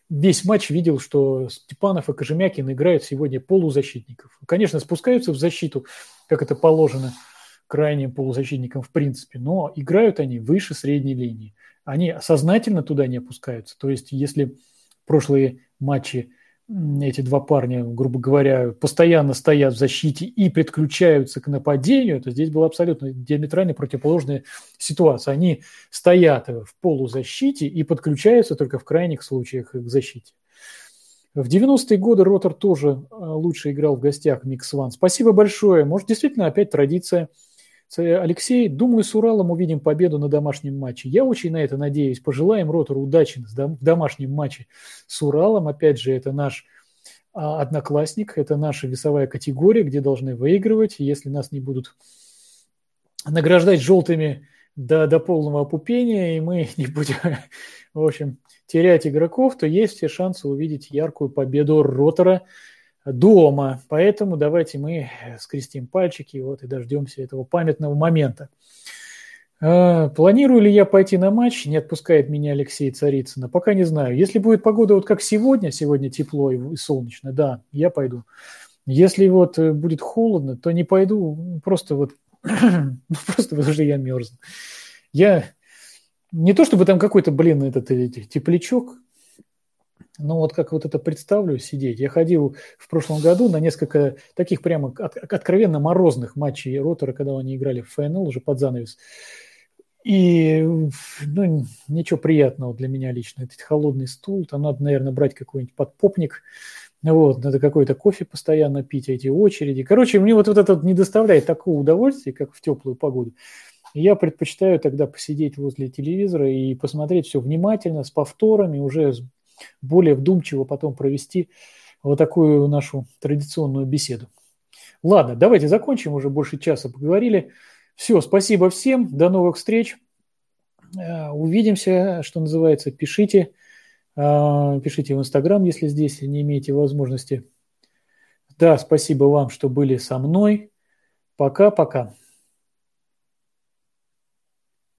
весь матч видел, что Степанов и Кожемякин играют сегодня полузащитников. Конечно, спускаются в защиту, как это положено крайним полузащитникам в принципе, но играют они выше средней линии. Они сознательно туда не опускаются. То есть, если прошлые матчи эти два парня, грубо говоря, постоянно стоят в защите и подключаются к нападению, то здесь была абсолютно диаметрально противоположная ситуация. Они стоят в полузащите и подключаются только в крайних случаях к защите. В 90-е годы Ротор тоже лучше играл в гостях Микс Ван. Спасибо большое. Может, действительно опять традиция. Алексей, думаю, с Уралом увидим победу на домашнем матче. Я очень на это надеюсь. Пожелаем Ротору удачи в домашнем матче с Уралом. Опять же, это наш одноклассник, это наша весовая категория, где должны выигрывать. Если нас не будут награждать желтыми до полного опупения, и мы не будем, в общем, терять игроков, то есть все шансы увидеть яркую победу Ротора дома. Поэтому давайте мы скрестим пальчики и дождемся этого памятного момента. Планирую ли я пойти на матч? Не отпускает меня Алексей Царицына. Пока не знаю. Если будет погода как сегодня тепло и солнечно, да, я пойду. Если будет холодно, то не пойду, просто просто потому что я мерзну. Я не то чтобы там какой-то, теплячок, но как это представлю сидеть. Я ходил в прошлом году на несколько таких прямо откровенно морозных матчей Ротора, когда они играли в ФНЛ уже под занавес. И ничего приятного для меня лично. Этот холодный стул, там надо, наверное, брать какой-нибудь подпопник. Надо какой-то кофе постоянно пить, эти очереди. Короче, мне это не доставляет такого удовольствия, как в теплую погоду. Я предпочитаю тогда посидеть возле телевизора и посмотреть все внимательно, с повторами, уже более вдумчиво потом провести такую нашу традиционную беседу. Ладно, давайте закончим, уже больше часа поговорили. Все, спасибо всем, до новых встреч. Увидимся, что называется, пишите в Инстаграм, если здесь не имеете возможности. Да, спасибо вам, что были со мной. Пока-пока.